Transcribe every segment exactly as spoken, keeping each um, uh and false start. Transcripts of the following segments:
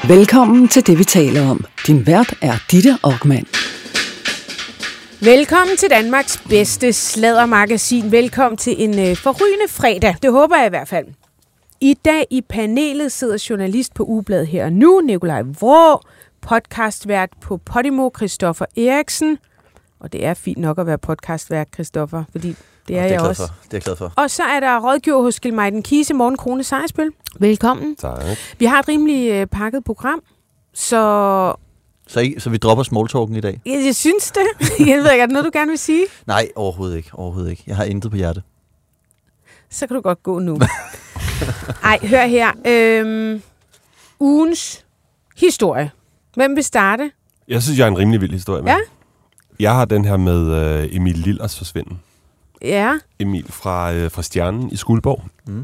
Velkommen til det, vi taler om. Din vært er Ditte Okman. Velkommen til Danmarks bedste sladdermagasin. Velkommen til en øh, forrygende fredag. Det håber jeg i hvert fald. I dag i panelet sidder journalist på Ugebladet Her og Nu, Nikolaj Vraa, podcastvært på Podimo, Christoffer Eriksen. Og det er fint nok at være podcastvært, Christoffer, fordi det er, det er jeg også. For. Det er jeg glad for. Og så er der rådgiver hos Gilmejden Kise, Morten Krone Sejsbøl. Velkommen. Tak. Vi har et rimelig øh, pakket program, så... Så, I, så vi dropper smalltalken i dag? Jeg, jeg synes det. Jeg ved ikke, er det noget, du gerne vil sige? Nej, overhovedet ikke. Overhovedet ikke. Jeg har intet på hjerte. Så kan du godt gå nu. Ej, hør her. Øhm, ugens historie. Hvem vil starte? Jeg synes, jeg er en rimelig vild historie med. Ja? Jeg har den her med øh, Emil Lillers forsvinden. Ja. Emil fra, øh, fra Stjernen i Skuldborg. Mm.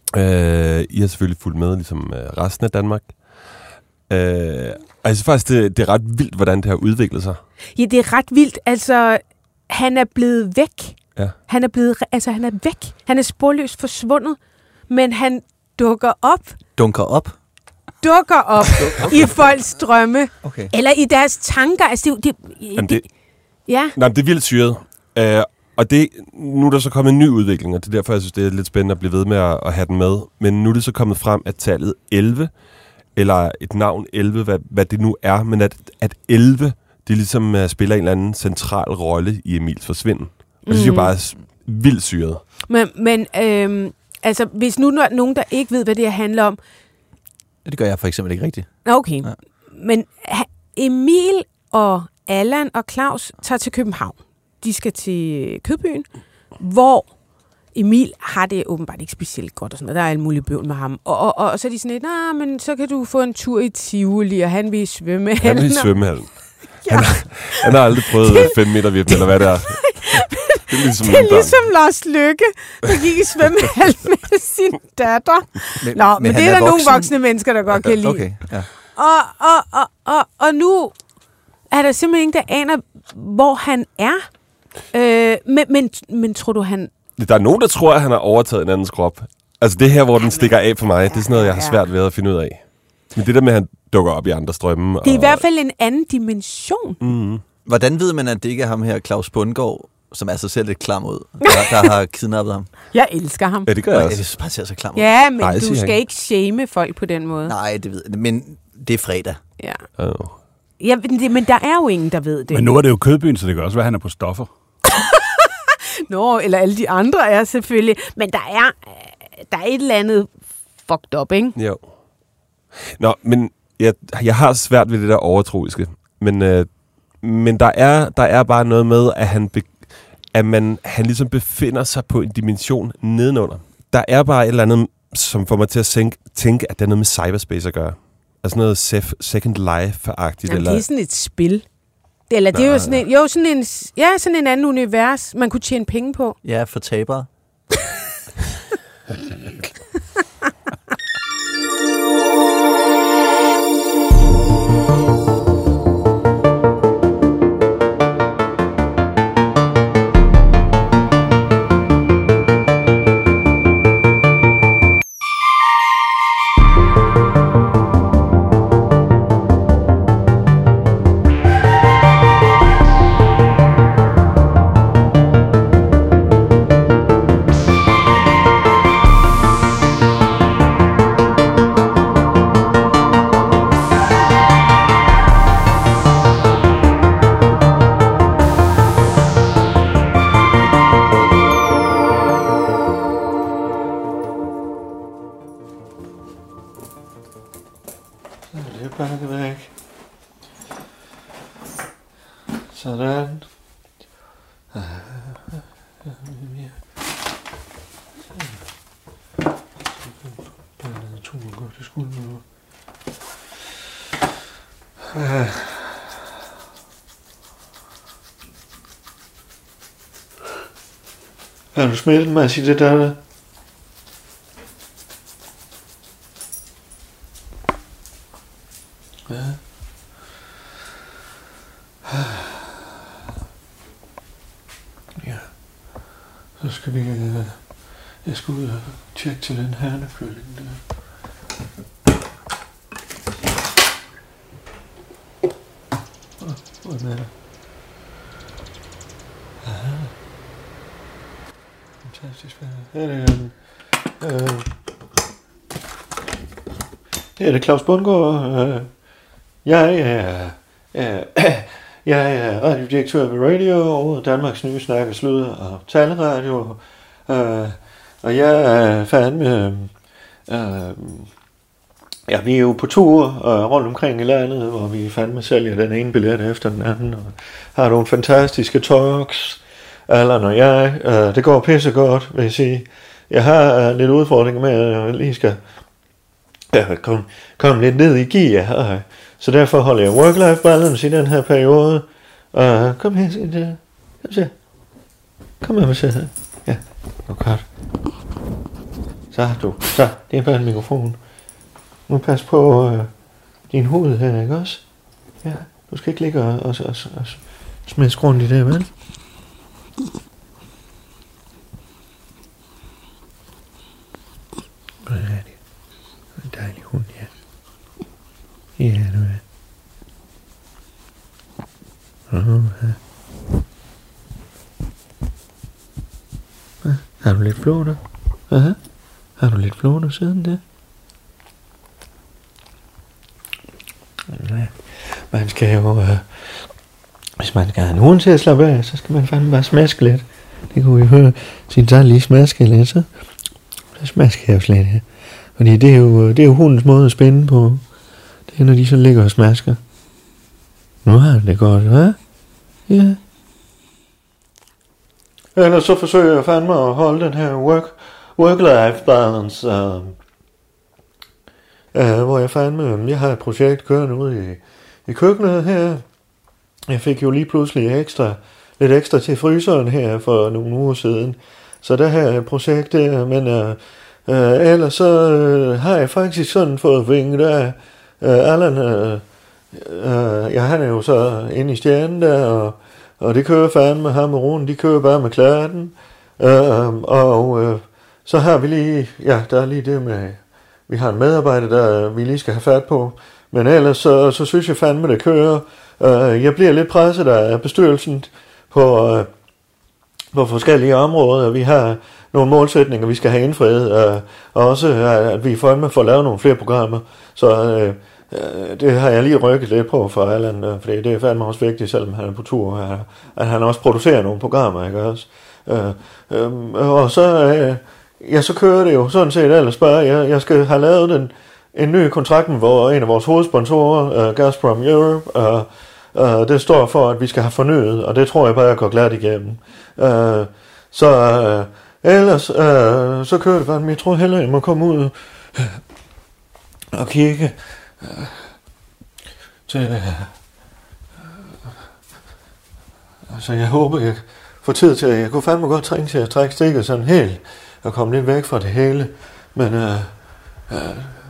Øh, I har selvfølgelig fulgt med, ligesom øh, resten af Danmark. Øh, og jeg synes faktisk, det, det er ret vildt, hvordan det har udviklet sig. Ja, det er ret vildt. Altså, han er blevet væk. Ja. Han er blevet, altså, han er væk. Han er sporløst forsvundet. Men han dukker op. Dunker op? Dukker op okay. i folks drømme. Okay. Eller i deres tanker. Altså, det, det, Jamen, det, det, ja. Nej, det er vildt syret. Øh, og det, nu er der så kommet en ny udvikling, og det er derfor, jeg synes, det er lidt spændende at blive ved med at, at have den med. Men nu er det så kommet frem, at tallet elleve, eller et navn elleve, hvad, hvad det nu er, men at, at elleve, det ligesom uh, spiller en eller anden central rolle i Emils forsvinden. Og det synes jeg bare er vildt syret. Men, men øhm, altså, hvis nu er nogen, der ikke ved, hvad det her handler om. Det gør jeg for eksempel ikke rigtigt. Okay, ja. Men Emil og Allan og Claus tager til København. De skal til Kødbyen, hvor Emil har det åbenbart ikke specielt godt og sådan noget. Der er alle mulige bøvl med ham. Og, og, og, og så er de sådan lidt, nej, men så kan du få en tur i Tivoli, og han vil i svømmehallen. Han vil i svømmehallen. Ja. Han, han har aldrig prøvet fem meter vift, eller hvad det er. Det er ligesom, det er ligesom Lars Løkke, der gik i svømmehallen med sin datter. Men, Nå, men, men det er der voksen. Nogle voksne mennesker, der godt kan lide. Okay, ja. og, og, og, og, og nu er der simpelthen ingen, der aner, hvor han er. Øh, men, men, men tror du, han... Der er nogen, der tror, at han har overtaget en andens krop. Altså det her, hvor den stikker af for mig, det er sådan noget, jeg har svært ved at finde ud af. Men det der med, at han dukker op i andres drømme. Det er og... i hvert fald en anden dimension. Mm-hmm. Hvordan ved man, at det ikke er ham her, Claus Bundgaard, som er sig selv lidt klam ud, der, der har kidnappet ham? Jeg elsker ham. Ja, det gør jeg også. Jeg synes bare, ser så klam ud. Ja, men Nej, du skal han. ikke shame folk på den måde. Nej, det ved jeg. Men det er fredag. Ja. Oh. Ja, men, det, men der er jo ingen, der ved det. Men nu er det jo Kødbyen, så det kan også være, at han er på stoffer. Nå, eller alle de andre er selvfølgelig. Men der er, der er et eller andet fucked up, ikke? Jo. Nå, men jeg, jeg har svært ved det der overtroiske. Men, øh, men der, er, der er bare noget med, at han, be, at man, han ligesom befinder sig på en dimension nedenunder. Der er bare et eller andet, som får mig til at tænke, tænke at det er noget med cyberspace at gøre. Altså noget sef, Second Life-agtigt. Jamen, eller... det er sådan et spil. Eller det er jo sådan en, jo, sådan en, ja, sådan en anden univers, man kunne tjene penge på. Ja, for tabere. Sådan. Har du smittet mig at sige det der? Ja. Ja. Så skal vi... Uh, jeg skal ud og tjekke til den hernekølling der. Sådan er det. Aha. Fantastisk. Her er det, øh, her er det Claus Bundgaard. Øh, jeg er... Øh, Jeg er radiodirektør ved Radio og Danmarks nye snakke, sludder og taleradio. Øh, og jeg er fandme... Øh, ja, vi er jo på tur øh, rundt omkring i landet, hvor vi fandme sælger den ene billet efter den anden. Og har nogle fantastiske talks. Allan og jeg. Øh, det går pissegodt, vil jeg sige. Jeg har øh, lidt udfordringer med, at jeg lige skal øh, komme, komme lidt ned i gear. Øh. Så derfor holder jeg work-life balance i den her periode. Og kom her, se det. Kom se. Kom her, se her. Ja, nu godt. Så du. Så, det er bare en mikrofon. Nu pas på øh, din hoved her, ikke også? Ja, du skal ikke ligge og, og, og, og smæske rundt i det, vel? Hvad er det? En dejlig hund, ja. Ja, du er. Uh-huh. Har du lidt flåter? Uh-huh. Har du lidt flåter siden det? Man skal jo... Uh, hvis man skal have nogen til at slappe af, så skal man fandme bare smaske lidt. Det kunne vi høre. Sige, så lige smaske lidt, så... Så smasker jeg jo slet her. Fordi det er jo, det er jo hundens måde at spænde på. Det er, når de så ligger og smasker. Nu har det godt, hva'? Ja. Ellers så forsøger jeg fandme at holde den her work, work-life balance, uh, uh, hvor jeg fandme, jeg har et projekt kørende ude i, i køkkenet her. Jeg fik jo lige pludselig ekstra, lidt ekstra til fryseren her for nogle uger siden. Så der her er et projekt der, men uh, uh, ellers så uh, har jeg faktisk sådan fået vinget af uh, Allan. Uh, uh, ja, han er jo så inde i stjernen der, og, og det kører fandme ham og Rune, de kører bare med klærten. Uh, og uh, så har vi lige, ja, der er lige det med, vi har en medarbejder, der vi lige skal have fat på. Men ellers så, så synes jeg fandme, det kører. Uh, jeg bliver lidt presset af bestyrelsen på... Uh, på forskellige områder. Vi har nogle målsætninger, vi skal have indfriet, øh, og også at vi får får lavet nogle flere programmer. Så øh, det har jeg lige rykket lidt på for Allan, øh, fordi det er fandme også vigtigt, selvom han er på tur, at, at han også producerer nogle programmer, ikke også? Øh, øh, og så, øh, ja, så kører det jo sådan set ellers bare. Jeg, jeg skal have lavet den, en ny kontrakt med hvor en af vores hovedsponsorer, øh, Gazprom Europe, øh, Uh, det står for, at vi skal have fornyet, og det tror jeg bare, jeg går glat igennem. Uh, så uh, ellers, uh, så kører det bare, men jeg tror hellere, jeg må komme ud uh, og kigge uh, til... Uh, altså, jeg håber, jeg får tid til, jeg kunne fandme godt trænge til at trække stikket sådan helt, og komme lidt væk fra det hele, men... Uh, uh,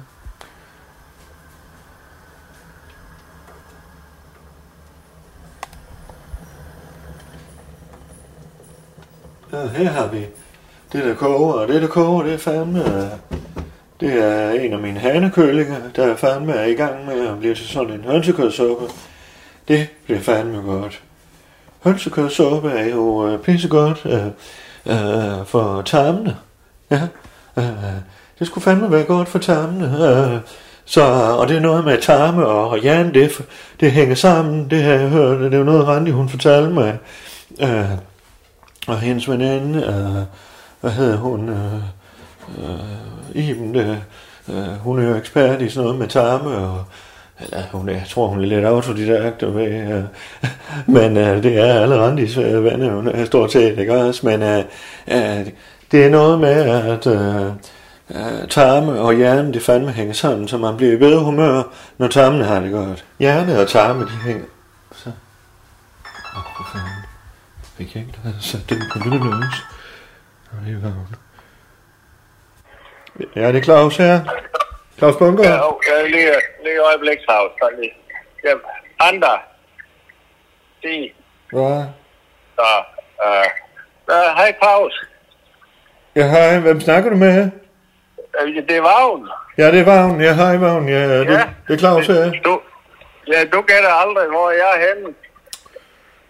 Ja, her har vi det, der koger, og det, der koger, det er fandme, det er en af mine hanekøllinger, der fandme er i gang med at blive til sådan en hønsekødsuppe. Det bliver fandme godt. Hønsekødsuppe er jo uh, pissegodt uh, uh, for tarmene. Ja, uh, det skulle fandme være godt for tarmene. Uh, så, og det er noget med tarme og, og hjerne, det, det hænger sammen, det har jeg hørt, det er jo noget Randi, hun fortalte mig. Uh, Og hendes veninde, øh, hvad hedder hun, øh, øh, Iben, det, øh, hun er jo ekspert i sådan noget med tarme, og, eller hun er, jeg tror, hun er lidt autodidakt, med, øh, men øh, det er alle Randis øh, venner, hun er stort set, ikke også, men øh, øh, det er noget med, at øh, øh, tarme og hjerne, det fandme hænger sammen, så man bliver i bedre humør, når tarmene har det godt. Hjerne og tarme, de hænger, så, åh, oh, for fanden. Jeg kan ikke have sat den på lille løs. Det er varmt. Ja, det er Claus her. Claus Bundgaard. Ja, okay, lige, lige øjeblik, Claus. Ja, andre. Sig. Hvad? Så, øh, uh, hej Claus. Ja, hej. Hvem snakker du med her? Uh, det er Vagn. Ja, det er Vagn. Ja, hej Vagn. Ja, det, ja, det er Claus her. Du, ja, du gætter aldrig, hvor jeg er henne.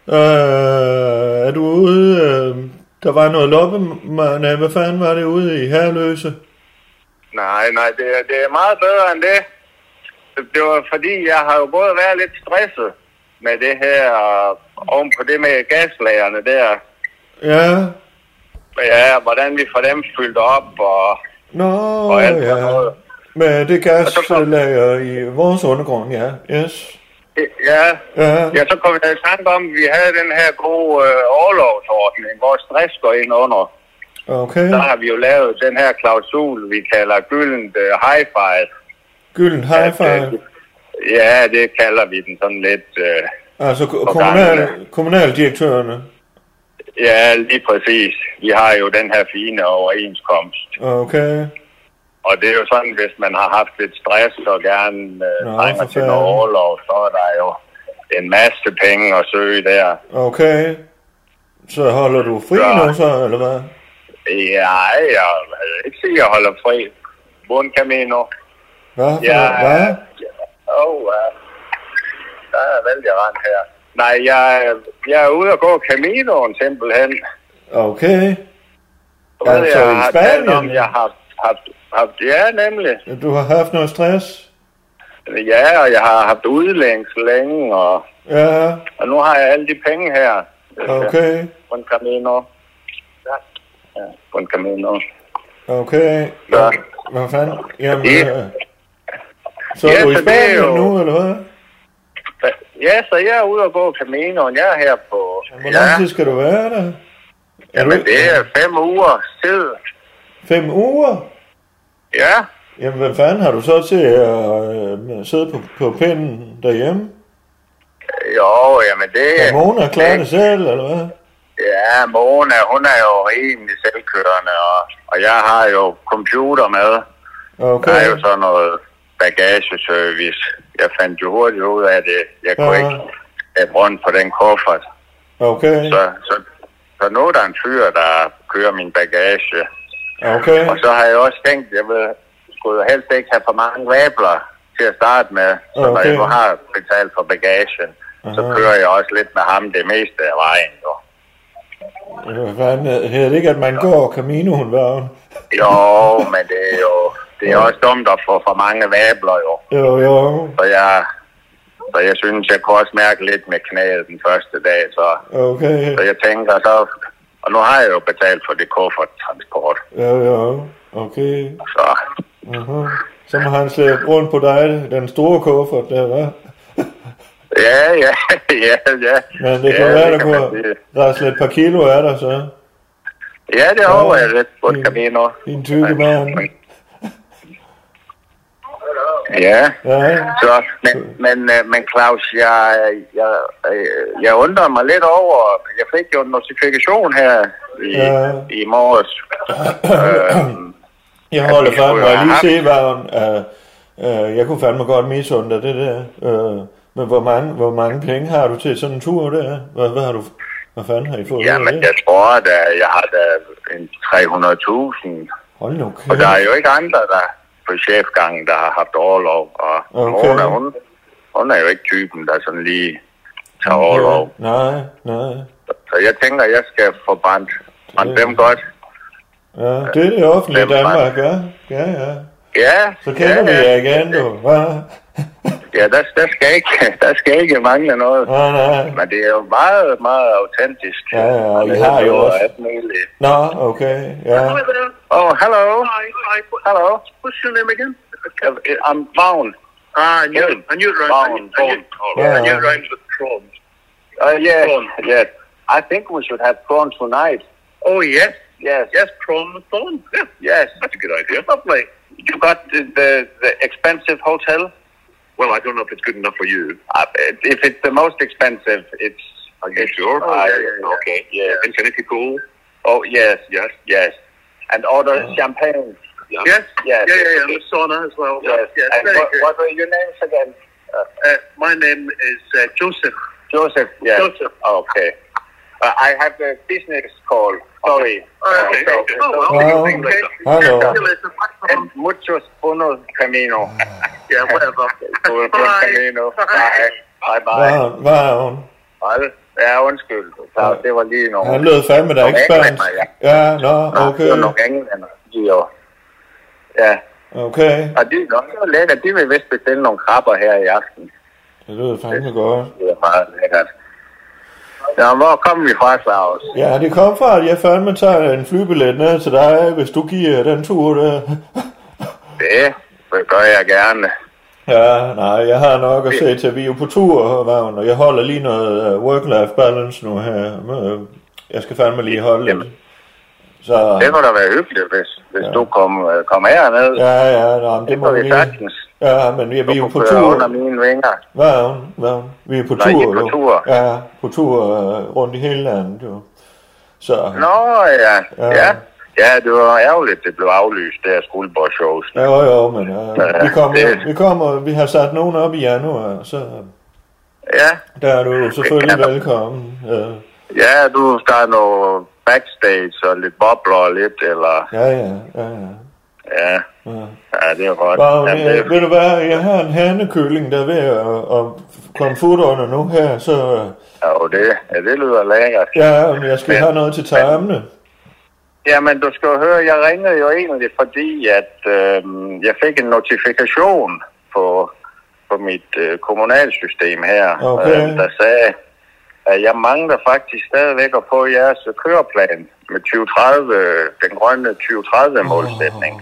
Øh, er du ude? Øh, der var noget loppe... Nej, hvad fanden var det ude i Herløse? Nej, nej, det er, det er meget bedre end det. Det var fordi, jeg har jo både været lidt stresset med det her, og oven på det med gaslagerne der. Ja. Ja, hvordan vi får dem fyldt op, og, Nå, og alt ja. noget. Med det gaslager i vores undergrund, ja. Yes. Ja, Ja. ja, så kom jeg i tanke om, at vi havde den her gode øh, overlovsordning, hvor stress går ind under. Okay. Så har vi jo lavet den her klausul, vi kalder gyldent øh, high-five. Gylden high-five. At, øh, Ja, det kalder vi den sådan lidt... Øh, Altså kommunal, kommunaldirektørerne. Ja, lige præcis. Vi har jo den her fine overenskomst. Okay. Og det er jo sådan, hvis man har haft lidt stress og gerne øh, Nå, trænger for til noget fanden. overlov, så er der jo en masse penge at søge der. Okay. Så holder du fri Ja. nu så, eller hvad? Ja, jeg vil ikke sige, at jeg holder fri. Bund Camino. Hvad? for Ja, noget? Hvad? Åh, oh, uh, der er vældig rand her. Nej, jeg, jeg er ude og gå Caminoen simpelthen. Okay. Og Altså jeg i har Spanien? talt om, jeg har haft, haft, ja, nemlig. Du har haft noget stress? Ja, og jeg har haft udlængsel længe, og, Ja. og nu har jeg alle de penge her. Okay. Bund Camino. Ja, Bund Camino. Okay. Ja. Hvad fanden? Jamen, Ja. øh, så er Ja, du i så det er Spanien jo- nu, eller hvad? Ja, så jeg er ude og gå Caminoen. Jeg er her på... Hvor lang tid skal du være der? Er Jamen, du det er fem uger tid. fem uger? Ja. Jamen, hvad fanden har du så til at øh, sidde på, på pinden derhjemme? Jo, jamen det... Kan Mona klare det selv, eller hvad? Ja, Mona, hun er jo rimelig selvkørende, og, og jeg har jo computer med. Okay. Der er jo sådan noget bagageservice. Jeg fandt jo hurtigt ud af det. Jeg kunne Ja. ikke have rundt på den kuffert. Okay. Så, så, så nu er der en fyr, der kører min bagage. Okay. Og så har jeg også tænkt, jeg vil, skulle jo helst ikke have for mange vabler til at starte med. Så når Okay. jeg nu har betalt for bagagen, så Aha. kører jeg også lidt med ham det meste af vejen. Jo, Hvad fanden hedder det ikke, at man går Caminoen vejen? jo men det er jo det er også dumt at få for mange vabler, jo. Jo, jo. Så jeg, så jeg synes, jeg kunne også mærke lidt med knæet den første dag. Så, Okay. så jeg tænker så... Og nu har jeg jo betalt for det kufferttransport. Jo, jo. Okay. Så Aha. Så må han slæbe rundt på dig, den store kuffert der, hva'? ja, ja, ja, ja. Men det kan ja, være, der kan man kunne sige. rasle et par kilo af dig, så. Ja, det håber jeg lidt på Din- et Camino. Din tykke mand. Ja, Ja. så, men, men, øh, men Claus, jeg, jeg, øh, jeg undrer mig lidt over, jeg fik jo en notifikation her i, Ja. i morges. øh, Jeg holder vi fandme, skulle må jeg have lige haft- se, Vagn. Uh, uh, jeg kunne fandme godt misunde dig det der. Uh, men hvor mange, hvor mange penge har du til sådan en tur der? Hvad, hvad har du, hvad fanden har I fået ud af jamen, det? jeg tror, at jeg har da en tre hundrede tusind. Hold nu kæft. Og der er jo ikke andre, der på chefgangen, der har haft overlov. Og Okay. Mona, hun, hun er jo ikke typen, der sådan lige tager overlov. Nej, nej. Så jeg tænker, at jeg skal få brændt, brændt dem godt. Ja, det er det offentlige Hvem var Danmark, ja. Ja, ja. Ja, Så kender vi ja, jer igen, du. Hva? Ja, der, der, skal ikke, der skal ikke mangle noget. Nej, nej. Men det er jo meget, meget autentisk. Ja, ja, og I Og har jo og også- alt muligt. Nå, okay, ja. Oh, hello. Hi, hi. Hello. What's your name again? Uh, I'm Vagn. Ah, I knew it. I knew it rhymes. Vagn, I knew, I Vagn. knew, Yeah. I knew it rhymes with prawn. Uh, yes, Prawn. yes. I think we should have prawn tonight. Oh, yes. Yes. Yes, prawn with prawn. Yeah. Yes. That's a good idea. Lovely. You got the, the, the expensive hotel? Well, I don't know if it's good enough for you. Uh, if it's the most expensive, it's... Are you sure? Oh, Ah, yeah, yeah, yeah. Okay. Yes. Infinity Pool. Oh, yes. Yes. Yes. And order champagne. Yeah. Yes. Yes. Yeah, yeah, yeah. The sauna as well. Yes. Yes. And Very what, good. what were your names again? Uh, my name is uh, Joseph. Joseph. Yes. Joseph. Okay. Uh, I have a business call. Sorry. Oh, okay. So- Oh, well. Well, See you later. hello. See you later. Bye. And muchos buenos camino. Yeah, whatever. Buen Bye. camino. Bye. Bye. Bye. Vagn, Vagn. Bye. Ja, undskyld. Så det var lige nogle... Han lød fandme da ikke spansk. Ja, ja nå, okay. Det var nogle englænder. De jo... Ja. Okay. Og de er lækkert. De vil vist bestille nogle krabber her i aften. Det lyder fandme godt. Det er meget lækkert. Ja, hvor kommer vi fra, Claus? Ja, det kom fra, at jeg fandme tager en flybillet ned til dig, hvis du giver den tur der. Det, det gør jeg gerne. Ja, nej, jeg har nok at se til, vi er jo på tur, Vagn, og jeg holder lige noget work-life balance nu her. Jeg skal fandme lige holde lidt. Så, det må da være hyggeligt, hvis, hvis ja. du kommer kom herned. Ja, ja, nej, det, det må vi lige. Sagtens. Ja, men vi, vi er jo på tur. Under mine vinger. Vagn, Vagn. Vi er på Nej, tur, på jo. tur. Ja, på tur uh, rundt i hele landet, jo. Så. Nå, ja. Ja. ja. Ja, det var ærgerligt, det blev aflyst, der Skuldborg-shows. Ja, jo, jo, men uh, ja, vi, kommer, det... vi kommer, vi har sat nogen op i januar, så ja. Der er du jo selvfølgelig ja. velkommen. Ja. ja, du starter noget backstage og lidt bobler og lidt, eller... Ja, ja, ja, ja. Ja, ja, ja det er godt. Wow, ja, det... Ved du hvad, jeg har en hanekylling, der er ved at, at komme fod under nu her, så... Ja, det, ja, det lyder lækkert. Ja, men jeg skal men, have noget til tarmene. Jamen, du skal jo høre, jeg ringede jo egentlig, fordi at øh, jeg fik en notifikation på, på mit øh, kommunalsystem her, okay. øh, der sagde, at jeg mangler faktisk stadigvæk at få jeres køreplan med tyve tredive, den grønne tyve tredive målsætning.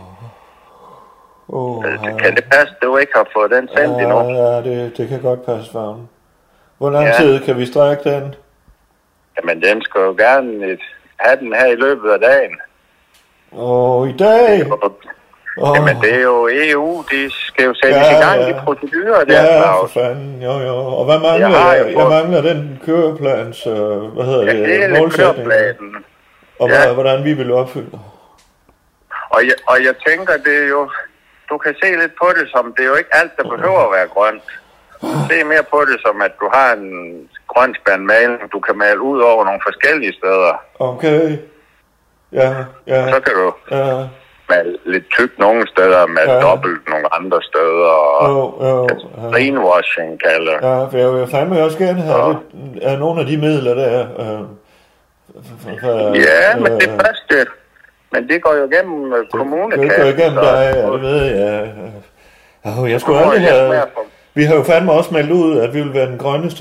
Oh. Oh, øh, kan det passe, at du ikke har fået den sendt ja, endnu? Ja, det, det kan godt passe, Vagn. Hvor lang ja. tid kan vi strække den? Jamen, den skal jo gerne et, have den her i løbet af dagen. Åh, oh, i dag? Oh. Jamen, det er jo E U, de skal jo sætte ja, i gang ja. de procedurer der. Ja, for fanden, jo jo. Og hvad mangler jeg? Jeg, jeg mangler den køreplans, øh, hvad hedder ja, det, målsætning. Og ja. hvordan vi vil opfylde. Og jeg, og jeg tænker, det er jo, du kan se lidt på det som, det er jo ikke alt, der behøver at være grønt. Se mere på det som, at du har en grøn spand maling, du kan male ud over nogle forskellige steder. Okay. Ja, ja. Så kan du ja. male lidt tykt nogle steder, med ja. dobbelt nogle andre steder, og oh, oh, ja. greenwashing kalder. Ja, for jeg vil fandme også gerne have ja. lidt af nogle af de midler der. Øh, for, for, ja, øh, men det første, men det går jo igennem kommunekassen. Det går igennem dig, ja, det ved jeg. Ja. Oh, jeg skulle aldrig have... Vi har jo fandme også meldt ud, at vi vil være den grønneste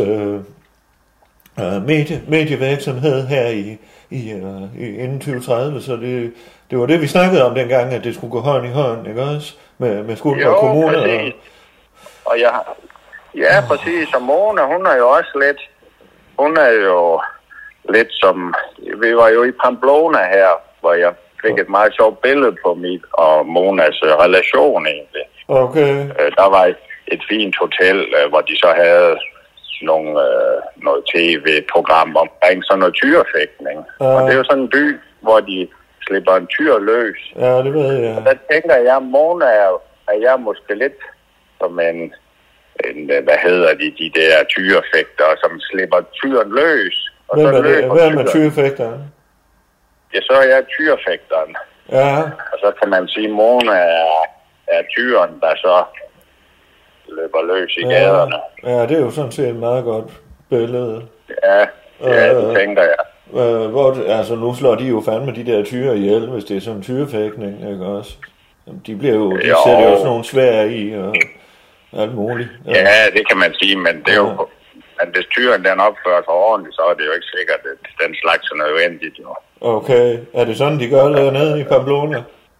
øh, medie, medievirksomhed her i, i, øh, i inden tyve tredive, så det, det var det, vi snakkede om dengang, at det skulle gå hånd i hånd, ikke også? Med, med Skuldborg Kommune. Og, og jeg, ja, præcis, og Mona, hun er jo også lidt, hun er jo lidt som, vi var jo i Pamplona her, hvor jeg fik et meget sjovt billede på mit og Monas relation egentlig. Okay. Øh, der var et et fint hotel, øh, hvor de så havde nogle, øh, noget tv-program omkring sådan noget tyrefægtning. Uh. Og det er jo sådan en by, hvor de slipper en tyr løs. Ja, det ved jeg. Og der tænker jeg, Mona er, er jeg måske lidt som en, en, hvad hedder de, de der tyrefægtere, som slipper tyren løs. Og hvem så er det? Hvem er tyrefægteren? Ja, så er jeg tyrefægteren. Ja. Og så kan man sige, Mona er, er tyren, der så løber løs i ja, gaderne. Ja, det er jo sådan set et meget godt billede. Ja, ja øh, det tænker jeg. Øh, hvor, altså, nu slår de jo fandme de der tyre ihjel, hvis det er sådan en tyrefægtning, ikke også? De bliver jo, de jo. sætter jo sådan nogle svær i, og alt muligt. Ja. ja, det kan man sige, men det er jo, ja. at hvis tyren den opfører sig ordentligt, så er det jo ikke sikkert, at den slags er nødvendigt, jo. Okay, er det sådan, de gør det dernede i Pamplona?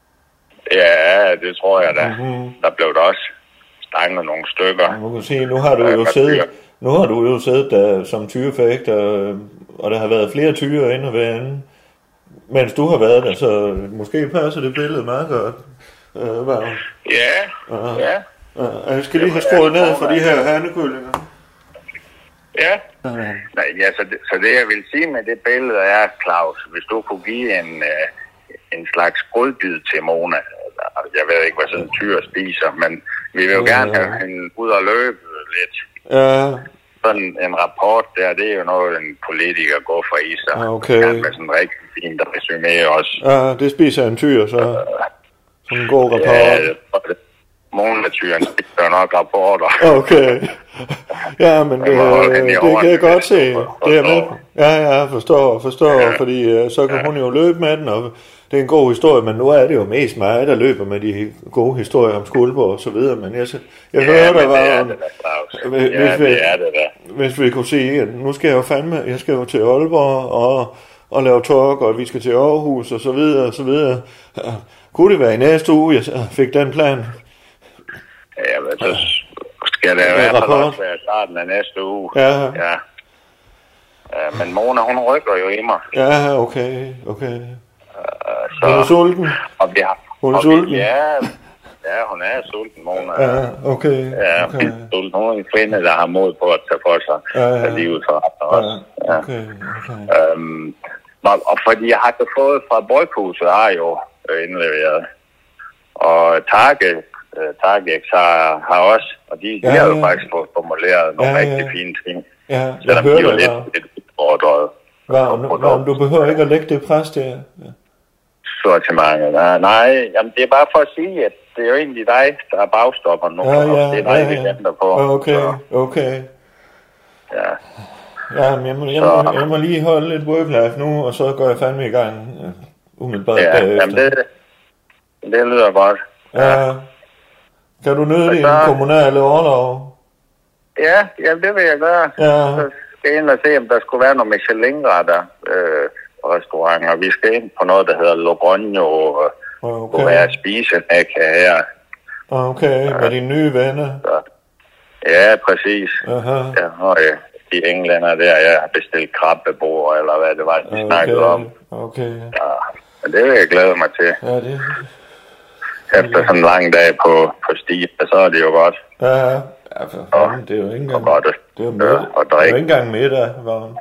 Ja, det tror jeg da. Mm-hmm. Der blev der også stanget nogle stykker. Man kan sige, nu har du jo siddet, nu har du jo siddet der som tyrefægter, og der har været flere tyre inde og hver anden, mens du har været der, så måske passer det billede meget godt. Uh, wow. Ja, uh, ja. Uh, jeg skal lige have skruet ned for de her hanekyllinger. Ja. Uh, Nej, ja så, det, så det jeg vil sige med det billede er, Claus, hvis du kunne give en, uh, en slags godbid til Mona, jeg ved ikke, hvad sådan en tyr spiser, men vi vil jo uh, gerne have hende ud og løbe lidt. Ja. Uh, Sådan en rapport der, det er jo noget, en politiker går for i sig. Okay. Kan med sådan en rigtig fint resumé også. Ja, det spiser en tyr, så uh, sådan en god rapport. Ja, Mona-tyren spiser nok rapporter. Okay. Ja, men det, det kan jeg godt se. Det er med. Ja, ja, forstår, forstår, ja. Fordi uh, så kan ja. hun jo løbe med den, og det er en god historie, men nu er det jo mest mig, der løber med de gode historier om Skuldborg og så videre, men jeg, jeg ja, hører, der var... Det det, hvis, ja, vi, det er det da. Hvis vi kunne sige, at nu skal jeg jo fandme, jeg skal jo til Aalborg og, og lave talk, og vi skal til Aarhus og så videre og så videre. Ja, kunne det være i næste uge, jeg fik den plan? Ja, men så skal det i hvert fald også være starten af næste uge. Ja. Ja. Uh, men Mona, hun rykker jo i mig. Ja, okay, okay. Uh, så, hun er sulten? Og vi har, hun er og sulten? Vi, ja, ja, hun er sulten, Mona. Ja, okay. Ja, okay. Hun er en kvinde, der har mod på at tage for sig ja, ja. af livet for os. Ja, okay, okay. Um, og, og fordi jeg har det fået fra Bryghuset, har jeg jo indleveret. Og Target, Target har, har også, og de, ja, de har jo ja. faktisk fået formuleret nogle ja, ja. rigtig fine ting. Ja, jeg selvom hører de jo det, lidt, lidt udfordret. Varm, du behøver ikke at lægge det pres der. Ja. Sortimentet. Nej, nej, jamen det er bare for at sige, at det er jo egentlig dig, der er bagstopper nu, ja, ja, og det er dig, ja, vi ja. venter på. Okay, så. okay. Ja. Ja, men jeg må, jeg, må, jeg må lige holde lidt work-life nu, og så går jeg fandme i gang uh, umiddelbart ja, bagefter. Jamen det, det lyder godt. Ja. Kan du nyde din kommunale overlov? Ja, jamen det vil jeg gøre. Ja. Så skal jeg ind og se, om der skulle være nogle Michelin-retter øh, restauranter. Vi skal ind på noget, der hedder Logroño, og okay. Hvor jeg spiser her. Okay, med dine nye venner? Så. Ja, præcis. Aha. Ja, og ja, de englænder der, jeg har bestilt krabbebord, eller hvad det var, de okay. snakkede om. Okay. Ja, men det vil jeg glæde mig til. Ja, det... Efter sådan en lang dag på, på stien, så er det jo godt. Ja, ja, for fanden, det er jo ikke engang... Og det er jo, med, det er jo ikke engang middag, Vagn.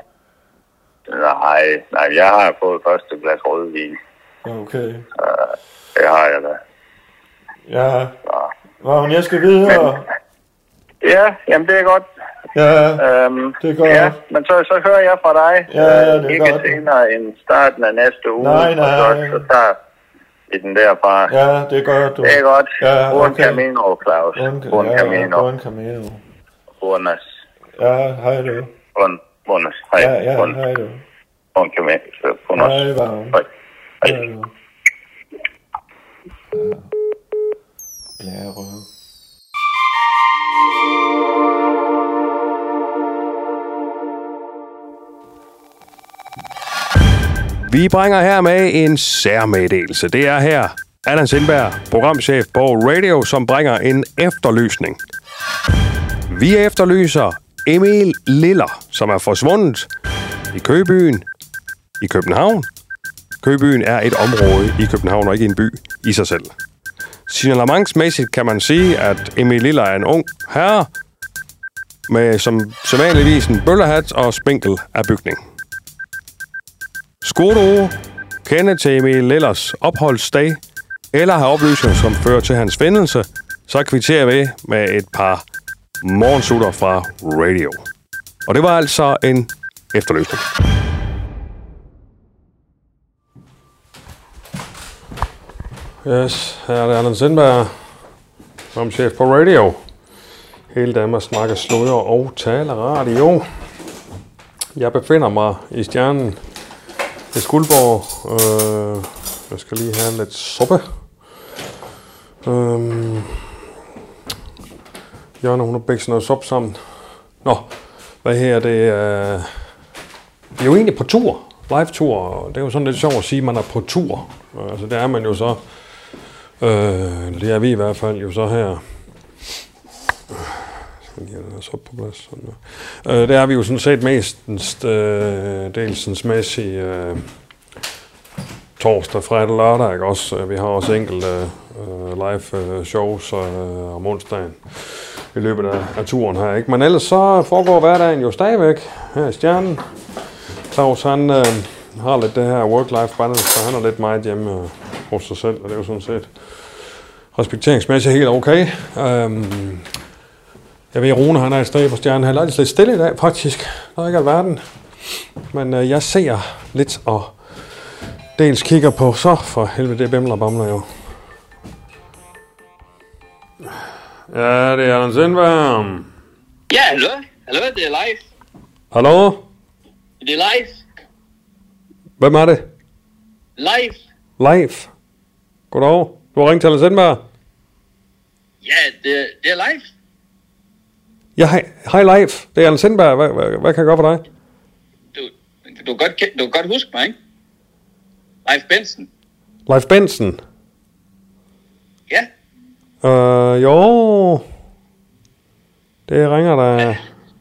Nej, nej, jeg har fået første glas rødvin. Okay. Uh, det har jeg da. Ja, ja. Vagn, jeg skal videre. Men, ja, jamen det er godt. Ja, um, det er godt. Ja, men så, så hører jeg fra dig. Ja, ja, det er ikke godt. Ikke senere end starten af næste uge. Nej, nej. Og så, så tager i den derfra. Ja, det er godt. Du. Det er godt. Ja, Buen okay. Camino, Claus. Buen ja, Camino. Buen Camino. Buenas. Ja, hej du. Buen, buenas. Hej. Ja, ja, Buen. hej du. Buen Camino. Buenas. Hej, Vagn. Hej. Hej du. Ja. Blærerøv. Vi bringer her med en særmeddelelse. Det er her Allan Sindberg, programchef på Radio, som bringer en efterlysning. Vi efterlyser Emil Liller, som er forsvundet i Køgebyen i København. Køgebyen er et område i København og ikke en by i sig selv. Signalementsmæssigt kan man sige, at Emil Liller er en ung herre med som sædvanligvis en bøllehat og spinkel af bygning. Skulle du kende til Emil Lillers opholdssted, eller have oplysninger, som fører til hans findelse, så kvitterer vi med et par morgensutter fra Radio. Og det var altså en efterlysning. Yes, her er det Allan Sindberg, programchef på Radio. Hele Danmarks snakker sludder og taler radio. Jeg befinder mig i Stjernen i Skuldborg. Øh, jeg skal lige have lidt suppe. Øh, Jørgen, hun har bækket noget suppe sammen. Nå, hvad her det? Øh, vi er jo egentlig på tur. Live-tur. Og det er jo sådan lidt sjovt at sige, at man er på tur. Altså, det er man jo så. Øh, det er vi i hvert fald jo så her. Så på plads. Øh, det er vi jo sådan set mest øh, delsensmæssigt øh, torsdag, fredag, lørdag, ikke også? Vi har også enkelte øh, live øh, shows øh, om onsdagen i løbet af, af turen her, ikke? Men ellers så foregår hverdagen jo stadigvæk her i Stjernen. Claus, han øh, har lidt det her work-life balance, så han er lidt meget hjemme øh, hos sig selv, og det er jo sådan set respekteringsmæssigt helt okay. Um, Jeg ved, Rune, han er i stedet for Stjernen. Han er lidt stille i dag, faktisk. Der er ikke alverden. Men øh, jeg ser lidt og dels kigger på, så for helvede, det bimler og bamler jo. Ja, det er Allan Sindberg. Ja, hallo? Hallo, det er live. Hallo? Det er live. Hvem er det? Live. Live. Goddag. Du har ringet til Allan Sindberg? Ja, det, det er live. Ja, hej, hej Live. Det er Allan Sindberg. Hvad, hvad, hvad kan jeg gøre for dig? Du, du, kan godt, du kan godt huske mig, ikke? Leif Benson. Leif Benson? Ja. Øh, jo. Det ringer der. Ja.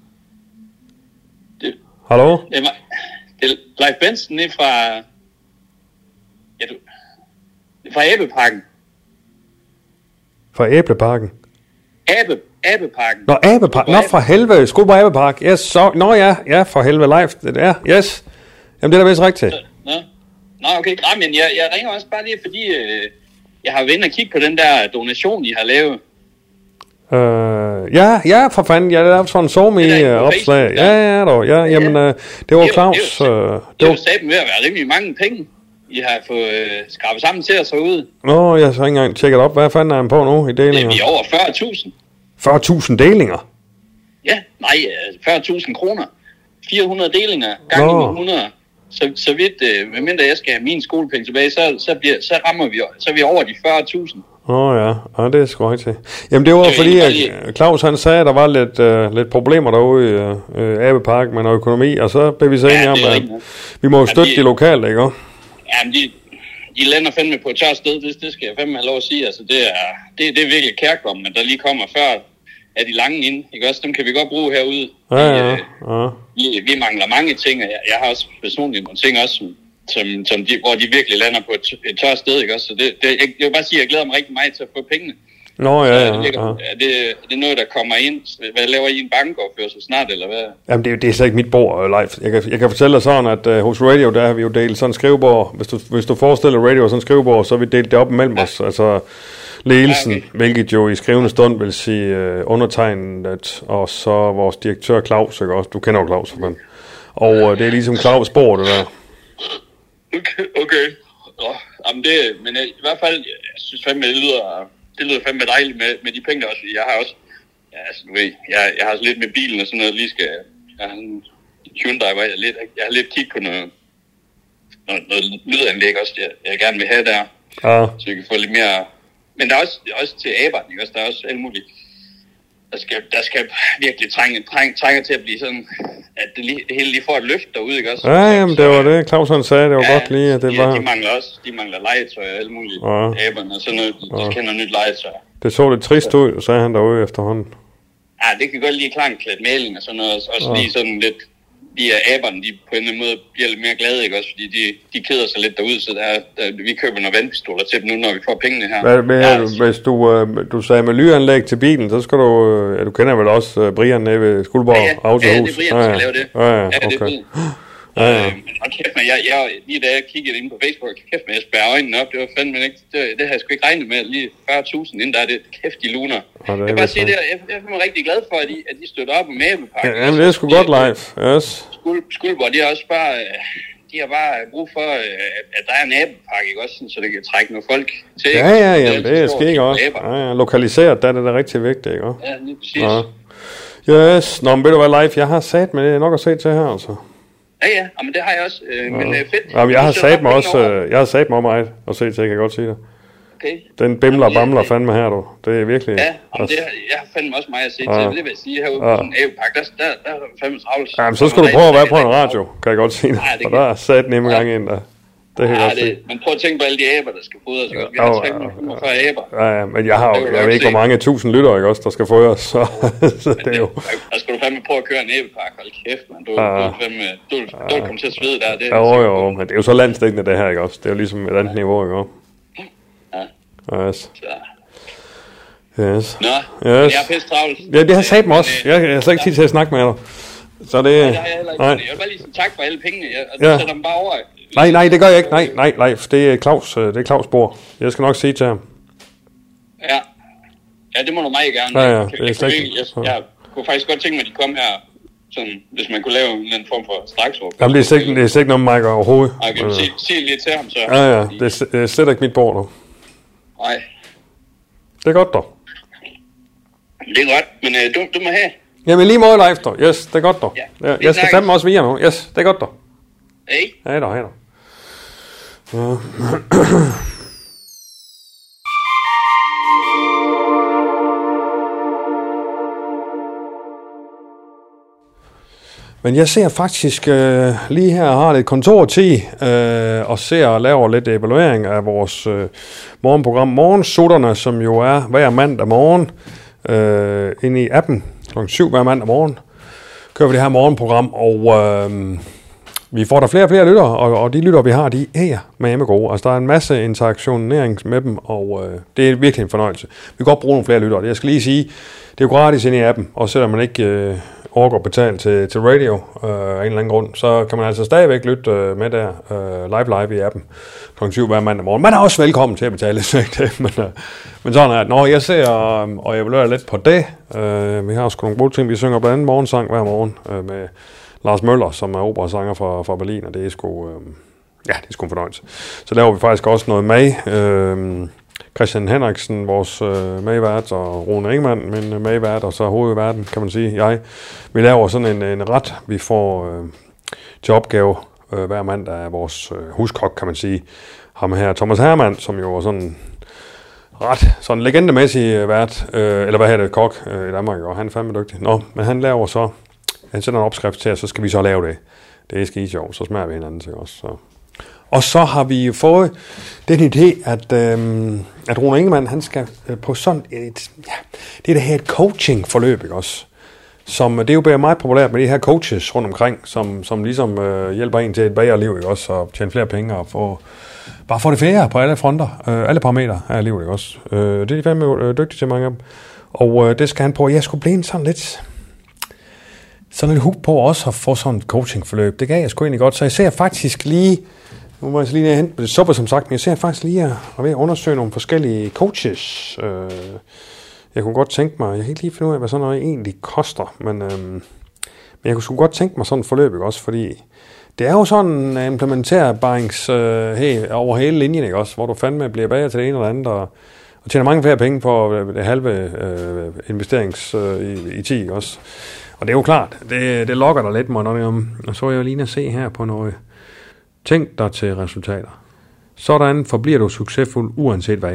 Det, Hallo? Det er, mig. Det er Leif Benson nede fra... Ja, du... Det er fra Æbleparken. Fra Æbleparken? Abe, Abeparken. Nå, Abeparken. Nå, fra helvede. Skuldborg Abepark. Yes, så... Nå ja, ja, for helvede Leif. Det er, yes. Jamen, det er da vist rigtigt. Nå, Nå okay. Nej, men jeg, jeg ringer også bare lige, fordi øh, jeg har været inde og kigge på den der donation, I har lavet. Øh, ja, ja, for fanden. Ja, det er sådan en SoMe-opslag. Ja, ja, dog. Ja, jamen, øh, det var Claus. Det øh, er jo staten ved at være rimelig mange penge, I har fået øh, skrabet sammen til at så ud. Nå, jeg har ikke engang tjekket op. Hvad fanden er han på nu i delinger? Det er over fyrre tusind. fyrre tusind delinger? Ja, nej, fyrre tusind kroner. fire hundrede delinger gange med hundrede. Så, så vidt, øh, medmindre jeg skal have min skolepenge tilbage, så, så, bliver, så rammer vi, så er vi over de fyrre tusind. Åh oh, ja, ja, det er sgu rigtigt. Jamen det var det fordi, at Claus han sagde, at der var lidt, uh, lidt problemer derude i uh, Abepark med noget økonomi, og så blev vi så enige ja, om, at vi må jo støtte ja, de, de lokale, ikke? Jamen de, de lander fandme på et tørt sted, det, det skal jeg fandme have lov at sige. Altså det er, det, det er virkelig kærkommen, at der lige kommer før af de lange ind, ikke også? Dem kan vi godt bruge herude. Ja, ja, ja. Vi, vi mangler mange ting, og jeg, jeg har også personligt nogle ting også, som, som, som de, hvor de virkelig lander på et, et tørt sted, ikke også? Så det, det, jeg, jeg vil bare sige, at jeg glæder mig rigtig meget til at få pengene. Nå, ja, ja, det, ja. Er, det, er det noget, der kommer ind? Hvad laver I en bankoverførsel snart, eller hvad? Jamen, det, det er slet ikke mit bord, Leif. Jeg kan, jeg kan fortælle dig sådan, at uh, hos Radio, der har vi jo delt sådan en skrivebord. Hvis du, hvis du forestiller Radio og sådan en skrivebord, så har vi delt det op mellem ja. os. Altså ledelsen, ja, okay. Hvilket jo i skrivende stund vil sige uh, undertegnet, og så vores direktør Claus, ikke også? Du kender jo Claus, men. Og uh, det er ligesom Claus' bord, det der. Okay, okay. Oh, jamen det, men i hvert fald, jeg synes fandme, det lyder... Det lyder fandme dejligt med, med de penge der også. Jeg har også, ja, altså, du ved, jeg, jeg har lidt med bilen og sådan noget, lige skal, jeg har en Hyundai, hvor jeg, lidt, jeg har lidt kig på noget, noget, noget lydanlæg også, jeg, jeg gerne vil have der, ja. Så vi kan få lidt mere, men der er også, også til aberen, ikke også, der er også alt muligt, der skal, der skal virkelig trænge, trænge, trænge til at blive sådan, at det, lige, det hele lige får et løft derude, ikke også? Ja, jamen det var det, Claus han sagde, det var ja, godt lige, at det de, var... de mangler også, de mangler legetøj og alt muligt, ja. Aberne og sådan noget, de, ja. De kender nyt legetøj. Det så lidt trist ud, sagde han derude efterhånden. Ja, det kan godt lige klare en klædt maling og sådan noget, også ja. Lige sådan lidt, de her aberne, de på en eller anden måde bliver lidt mere glade, ikke også, fordi de, de keder sig lidt derude, så der, der, vi køber nogle vandpistoler til dem nu, når vi får pengene her. Hvad, hvad, ja, hvis du, øh, du sagde med lyanlæg til bilen, så skal du, øh, ja, du kender vel også øh, Brian nede ved Skuldborg ja, ja. Autohus? Ja, det er Brian, der skal lave det. Ja, ja, ja, det okay. er Ja, ja. Øh, men kæft, man, jeg, jeg, lige da jeg kiggede ind på Facebook, kæft, man, jeg spærrer øjnene op, det var fandme ikke, det, det har jeg sgu ikke regnet med, lige fyrre tusind inden der er det, kæft, de luner. Ja, jeg vil bare sige det, jeg, jeg er rigtig glad for, at de, at de støtter op med Æbleparken. Ja, jamen, det er sgu godt live, yes. Skuld, Skuldborg, de har også bare, de har bare brug for, at der er en Æblepark, ikke også, så det kan trække nogle folk til. Ja, ja, ja, det, det er skik også. Ja, ja, lokaliseret, der er det da rigtig vigtigt, ikke? Ja, lige præcis. Ja. Yes, nå, men ved du hvad, live, jeg har sat med det nok at se til her, altså. Ja, ja, men det har jeg også, øh, ja. Men øh, fedt. Jamen, jeg har sat mig også, øh, jeg har sat mig meget at se til, kan jeg godt sige det. Okay. Den bimler og bamler fandme her, du. Det er virkelig... Ja, jamen, det, jeg har fandme også meget at se ja. Til. Det vil jeg sige, herude på sådan en Æblepark, der, der, der er fandme travlt. Jamen, så skal du prøve at være på en radio, kan jeg godt sige det. Ja, det og der er sat nemme ja. Gang ind der. Det kan ja, jeg godt det, men prøv at tænke på alle de æber, der skal fodres. Vi har tre hundrede og femogfyrre æber. Ja, ja, men jeg har jo, jeg ved ikke, hvor mange tusind lytter, ikke også, der skal fodres, så, så det er jo... Der skal du fandme prøve at køre en æblepark, hold kæft, man. Du, ja. du, fandme, du, du vil komme til at svede der. Det jo, jo, men det er jo så landstækkende det her, ikke også? Det er jo ligesom et andet niveau, ikke også? Ja. Yes. Yes. Nå, yes. jeg er pisse travlt. Ja, det har sagt mig også. Jeg har slet ikke tid til at snakke med dig. Så det... Nej, det har jeg heller ikke. Jeg vil bare lige sige tak for alle pengene, og du sætter dem bare over... Nej, nej, det gør jeg ikke. Nej, nej, nej. Det er Claus, det er Claus bord. Jeg skal nok sige til ham. Ja. Ja, det må du meget gerne. Ja, ja. Jeg, jeg, jeg, jeg, jeg kunne faktisk godt tænke mig, at de kom her, sådan, hvis man kunne lave en eller anden form for straksord. Jamen, det er slet, det er slet ikke noget med mig overhovedet. Okay, øh. sig, sig lige til ham så. Ja, ja. Det er, det er slet ikke mit bord, dog. Nej. Det er godt, dog. Det er godt, men øh, du, du må have. Jamen lige måde live, dog. Yes, det er godt, dog. Ja, jeg, jeg skal tage dem også via nu. Yes, det er godt, dog. Hej. Hej, dog, hej, dog. Ja. Men jeg ser faktisk øh, lige her har lidt kontortid øh, og ser og laver lidt evaluering af vores øh, morgenprogram Morgensutterne, som jo er hver mandag morgen øh, inde i appen klokken syv hver mandag morgen. Kører vi det her morgenprogram, og øh, vi får der flere og flere lyttere, og, og de lyttere, vi har, de er med hjemme gode. Altså, der er en masse interaktionering med dem, og øh, det er virkelig en fornøjelse. Vi kan godt bruge nogle flere lyttere. Jeg skal lige sige, det er jo gratis inde i appen, og selvom man ikke øh, overgår betalt til, til radio øh, af en eller anden grund, så kan man altså stadigvæk lytte øh, med der øh, live live i appen klokken syv hver mandag morgen. Man er også velkommen til at betale det, men, øh, men sådan er det. Nå, jeg ser øh, og evaluerer lidt på det. Øh, vi har også nogle gode ting. Vi synger blandt andet morgensang hver morgen øh, med Lars Møller, som er operasanger fra, fra Berlin, og det er sgu, øh, ja, det er sgu en fornøjelse. Så laver vi faktisk også noget med øh, Christian Henriksen, vores øh, medvært, og Rune Ingemann, min medvært, og så hovedværten, kan man sige, jeg. Vi laver sådan en, en ret, vi får øh, til opgave øh, hver mandag af vores øh, huskok, kan man sige. Ham her, Thomas Hermann, som jo er sådan ret sådan legendemæssig vært, øh, eller hvad hedder det, kok øh, i Danmark, og han er fandme dygtig. Nå, men han laver så, han sender en opskrift til os, så skal vi så lave det. Det er skide sjovt, så smager vi hinanden til også, så. Og så har vi jo fået den idé, at, øhm, at Rune Ingemann, han skal øh, på sådan et, ja, det er det her et coaching-forløb, ikke også? Som, det er jo bare meget populært med de her coaches rundt omkring, som, som ligesom øh, hjælper en til et bedre liv, ikke også? Og tjene flere penge og få, bare få det færre på alle fronter, øh, alle parametre af livet, ikke også? Øh, det er de fandme øh, dygtige til, mange af dem. Og øh, det skal han prøve. Jeg skulle blive en sådan lidt... sådan lidt hug på også at få sådan et coaching-forløb. Det gav jeg sgu egentlig godt, så jeg ser faktisk lige... Nu må jeg så lige hente det suppe, som sagt, men jeg ser faktisk lige at, at, at undersøge nogle forskellige coaches. Øh, jeg kunne godt tænke mig, jeg kan ikke lige finde ud af, hvad sådan noget egentlig koster, men, øh, men jeg kunne sgu godt tænke mig sådan et forløb, ikke også, fordi det er jo sådan en implementerbarings øh, hey, over hele linjen, ikke også, hvor du fandme bliver bager til det ene eller andet, og, og tjener mange flere penge på det halve øh, investerings øh, i, i tid, ikke også. Og det er jo klart, det, det lokker dig lidt, må jeg om. Og så er jeg lige at se her på noget. Tænk dig til resultater. Sådan forbliver du succesfuld uanset hvad.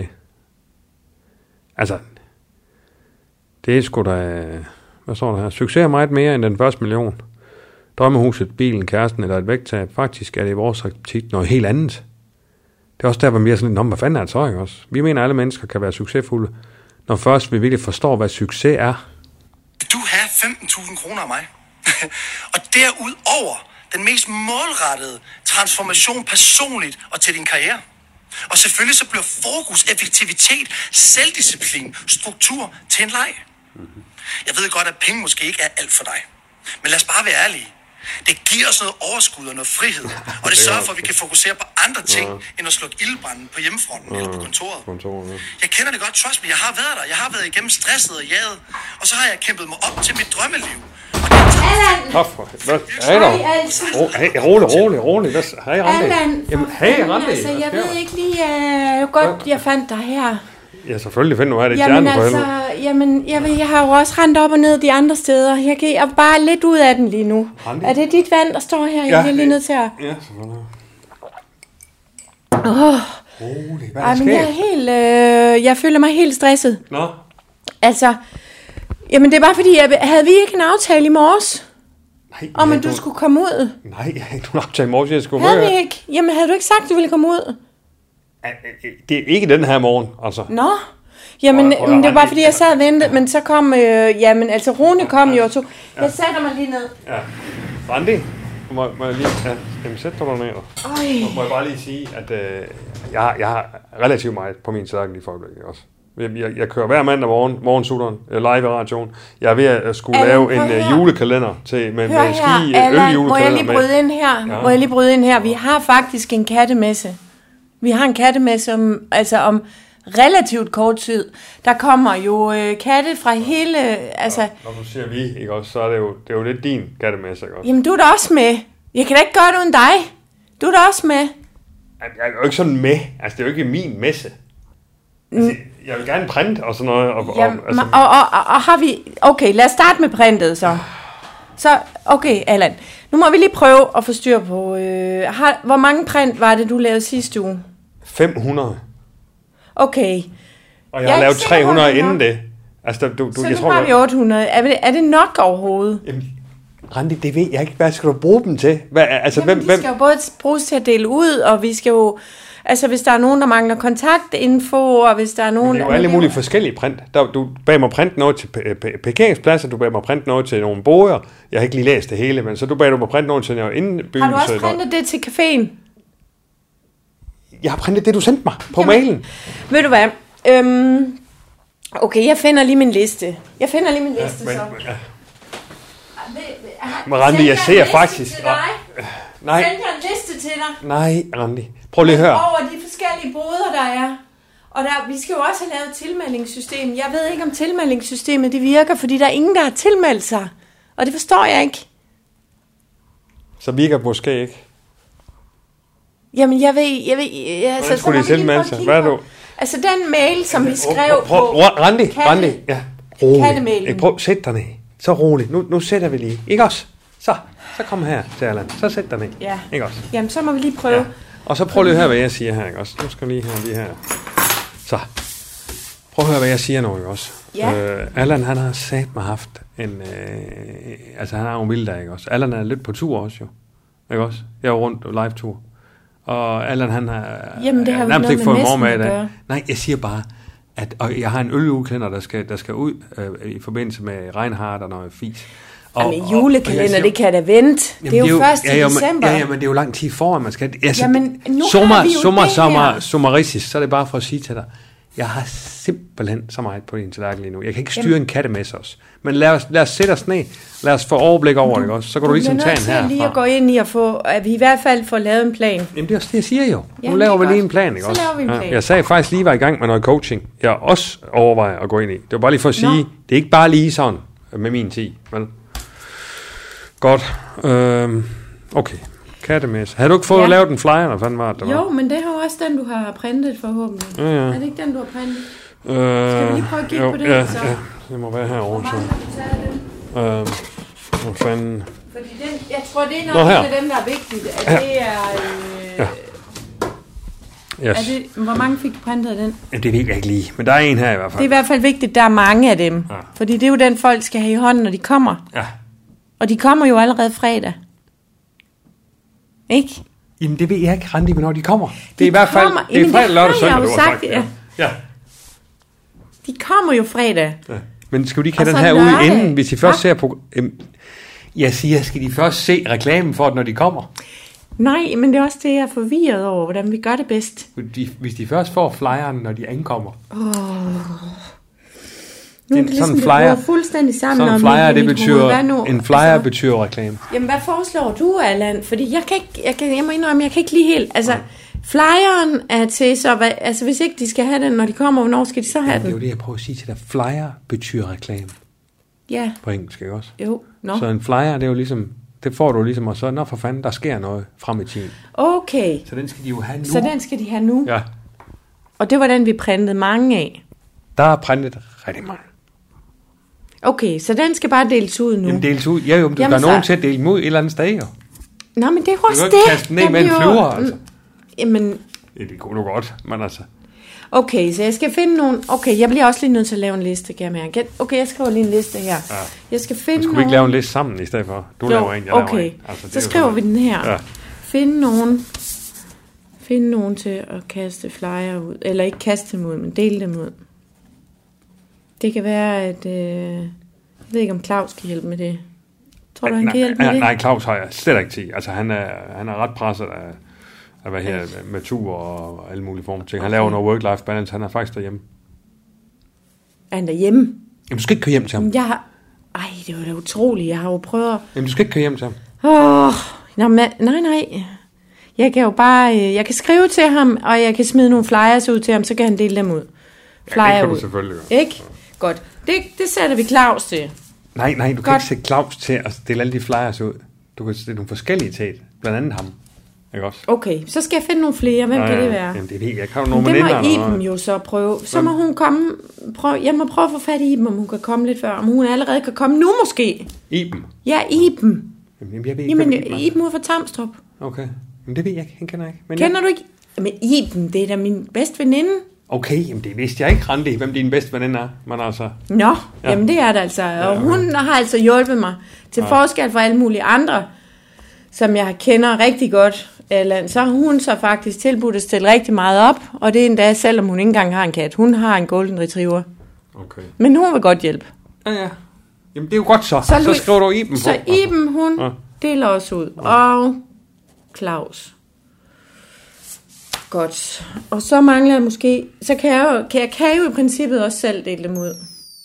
Altså, det er sgu da... Hvad står der her? Succes er meget mere end den første million. Drømmehuset, bilen, kæresten eller et vægttab. Faktisk er det i vores optik noget helt andet. Det er også der, hvor vi bliver sådan lidt, hvad fanden er det så, ikke også? Vi mener, at alle mennesker kan være succesfulde, når først vi virkelig forstår, hvad succes er. Vil du have femten tusind kroner af mig? Og derudover den mest målrettede transformation personligt og til din karriere. Og selvfølgelig så bliver fokus, effektivitet, selvdisciplin, struktur til en leg. Jeg ved godt, at penge måske ikke er alt for dig. Men lad os bare være ærlige. Det giver os noget overskud og noget frihed. Og det sørger for, at vi kan fokusere på andre ting, ja. end at slukke ildbranden på hjemmefronten ja. eller på kontoret. kontoret ja. Jeg kender det godt, trust me. Jeg har været der. Jeg har været igennem stresset og jaget. Og så har jeg kæmpet mig op til mit drømmeliv. Allan! Hej dog. Hej, rolig, rolig, rolig. Hej, Randi. Allan, Jamen, hej, Randi. Altså, jeg ved ikke lige, uh, godt, jeg fandt dig her. Ja, selvfølgelig finder du her det jamen, stjerne på altså, hende. jamen, jeg, ved, jeg har jo også rendt op og ned de andre steder. Jeg kan jeg er bare lidt ud af den lige nu. Randi? Er det dit vand, der står her? Jeg ja, er lige nødt til at... Ja, selvfølgelig. Åh. Oh. Rolig, hvad er der jeg er helt... Øh, jeg føler mig helt stresset. Nå? Altså... Jamen, det er bare fordi, jeg, havde vi ikke en aftale i morges? Nej. Om at du, du skulle komme ud? Nej, jeg har ikke nogen aftale i morges, jeg skulle havde med. Havde vi ikke? Jamen, havde du ikke sagt, du ville komme ud? Det er ikke den her morgen, altså. Nå? Jamen, og, og, men det var bare fordi, jeg sad og ventede, men så kom... Øh, jamen, altså, Rune kom jo og tog... Ja. Jeg satte mig lige ned. Ja. Randi, må, må jeg lige... Ja, jamen, sæt dig ned. Øj. Må jeg bare lige sige, at øh, jeg, har, jeg har relativt meget på min tallerken lige for øjeblikket også. Jeg, jeg, jeg kører hver mandag morgen, morgensutteren, live i radioen. Jeg er ved at skulle Allan, lave en uh, julekalender til, med, med en ski øljulekalender. Må jeg lige bryde ind her? Ja. Må jeg lige bryde ind her? Vi har faktisk en kattemesse. Vi har en kattemesse om, altså om relativt kort tid. Der kommer jo øh, katte fra hele... Altså, ja, når du siger vi, ikke også, så er det jo, det er jo lidt din kattemesse, ikke også? Jamen, du er da også med. Jeg kan da ikke gøre det uden dig. Du er da også med. Jeg er jo ikke sådan med. Altså, det er jo ikke min messe. Altså, Jeg vil gerne printe og sådan noget. Og, Jamen, og, altså. og, og, og, og har vi... Okay, lad os starte med printet så. Så, okay, Allan. Nu må vi lige prøve at få styr på... Øh, har, hvor mange print var det, du lavede sidste uge? fem hundrede. Okay. Og jeg har lavet tre hundrede inden det. Altså, du, du, så jeg nu tror, har vi otte hundrede. Er det, er det nok overhovedet? Jamen, Randi, det ved jeg ikke. Hvad skal du bruge dem til? Hvad, altså, Jamen, hvem, de hvem? skal jo både bruges til at dele ud, og vi skal jo... Altså, hvis der er nogen, der mangler kontaktinfo, og hvis der er nogen... Det er jo alle mulige forskellige print. Der, du bag mig printe noget til parkeringspladser, du bag mig printe noget til nogle boder. Jeg har ikke lige læst det hele, men så du bag mig printe noget til noget indbyggelse. Har du også printet det til caféen? Jeg har printet det, du sendte mig på Jamen, mailen. Ved du hvad? Øhm, okay, jeg finder lige min liste. Jeg finder lige min liste, ja, men, så. Ja. Men Randi, jeg ser faktisk... Nej. Send jeg en liste til dig. Nej, Randi. Prøv lige at høre. Over de forskellige boder, der er. Og der, vi skal jo også have lavet et tilmeldingssystem. Jeg ved ikke, om tilmeldingssystemet det virker, fordi der er ingen, der har tilmeldt sig. Og det forstår jeg ikke. Så virker måske ikke. Jamen, jeg ved... Jeg ved jeg, Hvordan så, skulle de tilmelde sig? Hvad er du? Altså, den mail, som vi skrev prøv, prøv, på... Randi, katte, Randi. Ja, rolig. Prøv, sæt dig ned. Så roligt. Nu, nu sætter vi lige. Ikke også? Så, så kom her til Allan. Så sæt dig ned. Ja. Ikke også? Jamen, så må vi lige prøve. Ja. Og så prøv lige at høre, hvad jeg siger her, ikke også? Nu skal vi lige have lige her. Så. Prøv at høre, hvad jeg siger nu, ikke også? Ja. Øh, Allan, han har sagt mig haft en... Øh, altså, han har jo en vild dag, ikke også? Allan er lidt på tur også, jo. Ikke også? Jeg er jo rundt live-tur. Og Allan, han har... Jamen, det har jo nærmest ikke noget med messen at dag. gøre. Nej, jeg siger bare, at og jeg har en øljulekalender, der skal, der skal ud øh, i forbindelse med Reinhardt og noget fis. Og, Jamen, julekalender, siger, det kan da vente. Jamen, det er jo først ja, i ja, december. Ja, ja, men det er jo lang tid foran, man skal... Altså, Jamen, nu sommer, har vi jo sommer, det sommer, her. Sommeristisk, så er det bare for at sige til dig, jeg har simpelthen så meget på din tallerken lige nu. Jeg kan ikke styre Jamen. en kattemesse også. Men lad os, lad os sætte os ned. Lad os få overblik over det også. Så kan du, du ligesom tage en her. lige at gå ind i at få, at vi i hvert fald får lavet en plan. Jamen det er også det, jeg siger jo. Jamen, nu laver vi godt. lige en plan, ikke så også? laver vi en plan. Ja, jeg sagde faktisk lige var i gang med noget coaching. Jeg også overvejer at gå ind i. Det var bare lige for at sige, Nå. det er ikke bare lige sådan med min tid. Men godt. Øhm, okay. Kattemesse. Havde du ikke fået Ja. lavet en flyer, eller fanden var det? Der var? Jo, men det er jo også den, du har printet forhåbentlig. Ja, ja. Er det ikke den, du har printet? Øh, Skal vi lige prøve at kigge jo, på det, ja, så? Ja, det må være herovre. Hvor Så. mange har du taget dem? Øhm, hvor fanden... Fordi den, jeg tror, det er Nå, nok her. en af dem, der er vigtigt. At Her. det er... Øh, Ja. Yes. er det, hvor mange fik du printet af den? Jamen, det ved jeg ikke lige, men der er en her i hvert Det er fald. i hvert fald vigtigt, at der er mange af dem. Ja. Fordi det er jo den, folk skal have i hånden, når de kommer. Ja. Og de kommer jo allerede fredag. Ikke? Jamen, det ved jeg ikke, Randi, hvornår de kommer. Det er De i hvert fald... kommer- Det er Jamen, fredag, det lørdag, har søndag, jeg jo du har sagt. sagt, ja. Ja. De kommer jo fredag. Ja. Men skal vi ikke Og have den så her lørdag. ude inden, hvis de først Hva? ser på... Øhm, jeg siger, skal de først se reklamen for det, når de kommer? Nej, men det er også det, jeg er forvirret over, hvordan vi gør det bedst. De, hvis de først får flyeren, når de ankommer. Åh. Nu Det er er det ligesom, sådan det flyer. bryder fuldstændig sammen. Sådan en om flyer, mit- det mit betyder... hoved. Hvad nu? En flyer Altså, betyder reklame. Jamen, hvad foreslår du, Allan? Fordi jeg kan ikke... Jeg, kan, jeg må indrømme, jeg kan ikke lige helt... Altså, flyeren er til så... Hvad, altså, hvis ikke de skal have den, når de kommer, hvornår skal de så have Det er den? jo det, jeg prøver at sige til dig. Flyer betyder reklame. Ja, På engelsk, ikke også? jo. Nå. Så en flyer, det er jo ligesom... Det får du ligesom, og så, nå for fanden, der sker noget frem i tiden. Okay. Så den skal de jo have nu. Så den skal de have nu. Ja. Og det var den, vi printede mange af. Der er printet rigtig mange. Okay, så den skal bare deles ud nu. Jamen deles ud. Ja jo, men du Jamen, skal have nogen så- til at dele dem ud et eller andet sted, jo. Nå, men det er jo Du også kan det. ikke kaste den ned Der med en bliver- flyver, altså. Jamen, Ja, det kunne du godt, men altså... okay, så jeg skal finde nogle... Okay, jeg bliver også lige nødt til at lave en liste, kan jeg mærke. Okay, jeg skriver lige en liste her. Ja. Jeg skal finde Skulle vi ikke lave en liste sammen i stedet for? Du Jo, laver en, jeg okay. laver en. Altså, det Så er jo skriver sådan- vi den her. Ja. Finde nogen... Finde nogen til at kaste flyer ud. Eller ikke kaste dem ud, men dele dem ud. Det kan være, at... Øh, jeg ved ikke, om Claus kan hjælpe med det. Tror du, han nej, kan hjælpe med nej, det? Nej, Claus har jeg slet ikke tid. Altså, han er, han er ret presset af, af hvad her, med tur og alle mulige former ting. Han laver noget work-life balance. Han er faktisk derhjemme. Er han derhjemme? Jamen, du skal ikke køre hjem til ham. Jeg har... Ej, det var da utroligt. Jeg har jo prøvet at... Jamen, du skal ikke køre hjem til ham. Åh, nå, men, nej, nej. Jeg kan jo bare... øh, Jeg kan skrive til ham, og jeg kan smide nogle flyers ud til ham, så kan han dele dem ud. Flyer Ja, det kan du ud. selvfølgelig gøre. Ikke? Godt. Det, det sætter vi Claus til. Nej, nej, du kan Godt. ikke sætte Claus til at dele alle de flyers ud. Du kan sætte nogle forskellige til, blandt andet ham. Ikke også? Okay, så skal jeg finde nogle flere. Hvem ja, kan det være? Jamen, det ved jeg. Kan du nogle det veninder? Det må Iben jo så prøve. Så må hun komme... Prøv, jeg må prøve at få fat i Iben, om hun kan komme lidt før. Om hun allerede kan komme nu måske. Iben? Ja, Iben. Jamen, jeg ved ikke, Jamen, Iben, Iben er fra Tamstrup. Okay. Jamen, det ved jeg ikke. Hende kender jeg ikke. Men Kender jeg... du ikke? Men Iben, det er da min bedste veninde. Okay, jamen det vidste jeg ikke, Randi, hvem din bedste veninde er. Men altså... Nå, ja. Jamen det er det altså. Og ja, okay. Hun har altså hjulpet mig til ja. forskel fra alle mulige andre, som jeg kender rigtig godt. Eller, så har hun så faktisk tilbudt at stille rigtig meget op, og det er endda, selvom hun ikke engang har en kat. Hun har en golden retriever. Okay. Men hun vil godt hjælpe. Ja, ja. Jamen det er jo godt så. Så, så skriver du Iben på. Så Iben, hun ja. deler os ud. Og Claus. Godt. Og så mangler jeg måske... Så kan jeg jo, kan jeg, kan jeg jo i princippet også selv dele dem ud.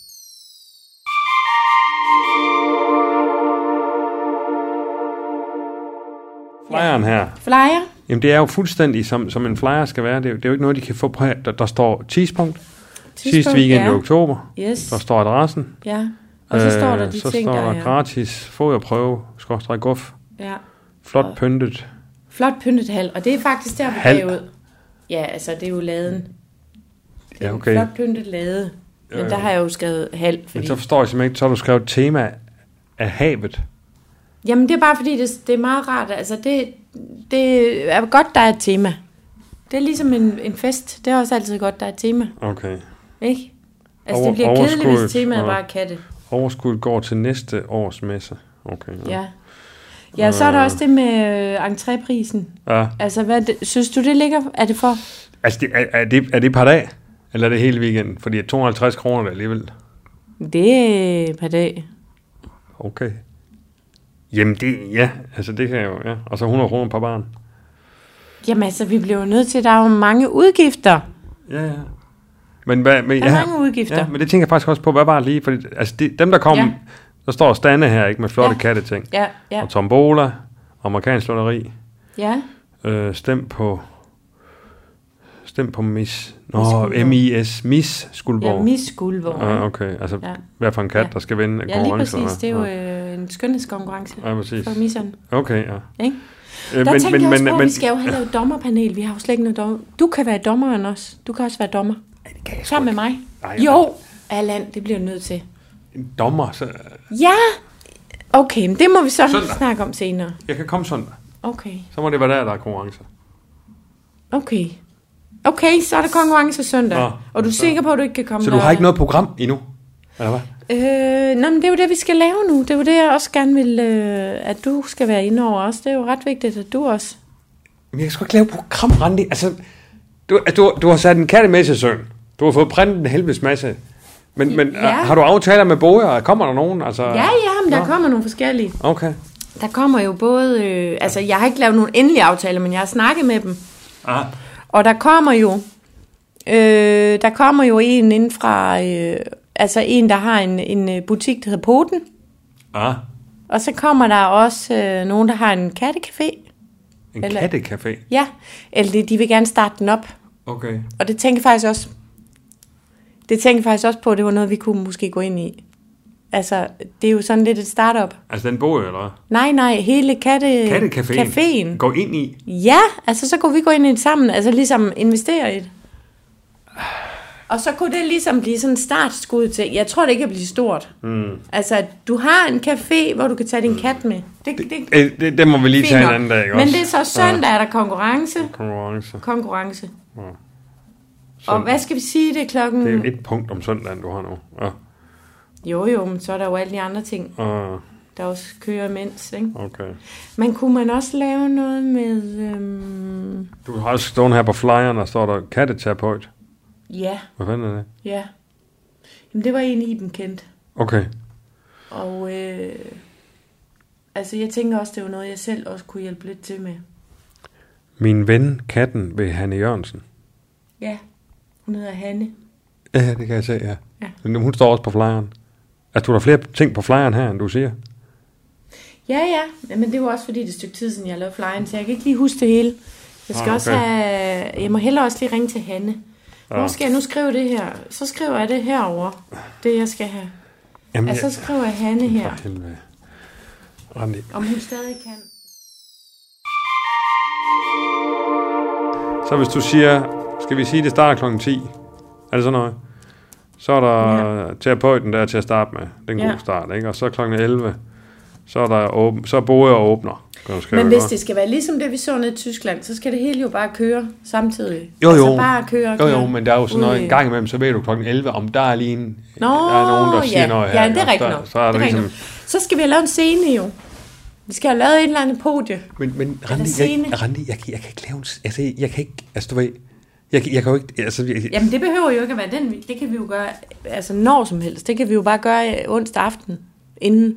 Flyeren her. Flyer? Jamen det er jo fuldstændig som, som en flyer skal være. Det er, det er jo ikke noget, de kan få på. Der, der står tidspunkt. Sidste weekend ja. i oktober. Yes. Der står adressen. Ja. Og så står der de så ting, der der er. Så står der gratis foderprøve, skorstræk guf. Ja. Flot og pyntet. Flot pyntet hal. Og det er faktisk der, vi hal. ud. Ja, altså det er jo laden. Det er ja, okay. flot pyntet lade. Men ja, ja. der har jeg jo skrevet hal. Fordi... Men så forstår jeg simpelthen ikke, så har du skrevet tema af havet. Jamen det er bare fordi, det, det er meget rart. Altså det, det er godt, der er et tema. Det er ligesom en, en fest. Det er også altid godt, der er et tema. Okay. Ikke? Altså Over, det bliver kedeligt, hvis temaet er bare katte. Overskuddet går til næste års messe. Okay. Ja. Ja, ja så er der også det med øh, entréprisen. Ja. Altså, hvad det, synes du, det ligger... Er det for... Altså, det, er, er, det, er det et par dage? Eller er det hele weekenden? Fordi to hundrede og halvtreds kroner alligevel. Det er et par dage. Okay. Jamen, det... Ja, altså det kan jeg jo... Ja. Og så hundrede kroner per barn. Jamen, altså, vi bliver jo nødt til... Der er jo mange udgifter. Ja, ja. Men, hvad, men, der er ja, mange udgifter. Ja, men det tænker jeg faktisk også på, hvad var det lige? Fordi, altså, de, dem, der kom... Ja. Der står Stande her, ikke? Med flotte ja. katteting. Ja, ja. Og tombola, amerikansk lotteri. Ja. Øh, stem på... Stem på Miss... Nå, M I S. Miss Skuldborg. Ja, Miss Skuldborg. Ah, okay, altså ja. hvad for en kat, ja. der skal vinde ja, konkurrence? Ja, lige præcis. Det er jo øh, en skønhedskonkurrence. Ja, præcis. For misserne. Okay, ja. Ikke? Øh, der men, tænkte men, jeg også men, på, men, at vi skal jo have lavet dommerpanel. Vi har jo slet ikke noget dommer. Du kan være dommeren også. Du kan også være dommer. Ej, det kan jeg sammen med mig. Ej, jo, Allan, det bliver nødt til. En dommer? Så... Ja! Okay, men det må vi så søndag. snakke om senere. Jeg kan komme søndag. Okay. Så må det være der, der er konkurrence. Okay. Okay, så er der konkurrence søndag. Nå, og du er så... sikker på, at du ikke kan komme så der? Så du har ikke noget program endnu? Eller hvad? Øh, nej, men det er jo det, vi skal lave nu. Det er jo det, jeg også gerne vil, øh, at du skal være inde over også. Det er jo ret vigtigt, at du også... Men jeg skal ikke lave program, Randi. Altså, du, du, du har sat en kattemesse i søen. Du har fået printet en helvedes masse. Men, men ja. har du aftaler med boer? Kommer der nogen? Altså... Ja, ja, men der Nå. kommer nogle forskellige. Okay. Der kommer jo både... Øh, altså, jeg har ikke lavet nogen endelige aftaler, men jeg har snakket med dem. Aha. Og der kommer jo... Øh, der kommer jo en inden fra... Øh, altså, en, der har en, en butik, der hedder Poten. Ah. Og så kommer der også øh, nogen, der har en kattecafé. En eller, kattecafé? Ja, eller de vil gerne starte den op. Okay. Og det tænker jeg faktisk også... Det tænker jeg faktisk også på, at det var noget, vi kunne måske gå ind i. Altså, det er jo sådan lidt et startup. Altså den bog, eller? Nej, nej, hele katte... Kattecaféen? Caféen. Gå ind i? Ja, altså så kunne vi gå ind i det sammen. Altså ligesom investere i det. Og så kunne det ligesom blive sådan et startskud til... Jeg tror, det ikke kan blive stort. Mm. Altså, du har en café, hvor du kan tage din kat med. Det, det, det, det, det må vi lige tage en anden dag, ikke? Men det er så søndag, ja. Er der konkurrence. Konkurrence. Konkurrence. Ja. Og hvad skal vi sige, det er klokken... Det er et punkt om søndagen, du har nu. Ja. Jo, jo, men så er der jo alle de andre ting, uh. der også kører imens, ikke? Okay. Men kunne man også lave noget med... Øhm... Du har også stående her på flyeren, der står der katteterapeut. Ja. Hvad fanden er det? Ja. Jamen, det var en Iben kendt. Okay. Og øh... altså, jeg tænker også, det var noget, jeg selv også kunne hjælpe lidt til med. Min ven, katten ved Hanne Jørgensen. Ja, hun hedder Hanne. Ja, det kan jeg se, ja. Ja. Men hun står også på flyeren. Altså, du har flere ting på flyeren her, end du siger. Ja, ja. Men det var også fordi, det er et stykke tid siden, jeg lavede flyeren, så jeg kan ikke lige huske det hele. Jeg skal ah, okay. også have... Jeg må hellere også lige ringe til Hanne. Hvor ja. skal jeg nu skrive det her? Så skriver jeg det herover. Det, jeg skal have. Jamen, altså, så skriver jeg Hanne her. Randi. Om hun stadig kan. Så hvis du siger, skal vi sige, det starter klokken ti, er det sådan noget? Så er der ja. terapeuten der til at starte med. Det er en ja. god start, ikke? Og så klokken elleve, så er der åben, så er både og åbner. Men hvis det skal være ligesom det, vi så nede i Tyskland, så skal det hele jo bare køre samtidig. Jo, jo. Altså bare køre, køre. Jo, jo, men der er jo sådan noget en gang imellem, så ved du klokken elleve, om der er lige en, Nå, der er nogen, der siger ja. noget her. Ja, det er rigtigt nok. Så, er det er ligesom... så skal vi have lavet en scene jo. Vi skal have lavet et eller andet podie. Men, men Randi, jeg, Randi jeg, jeg kan ikke lave en... Altså, jeg kan ikke... Altså, du ved... Jeg, jeg kan jo ikke... Altså, jeg, Jamen, det behøver jo ikke at være den. Det kan vi jo gøre altså når som helst. Det kan vi jo bare gøre onsdag aften inden.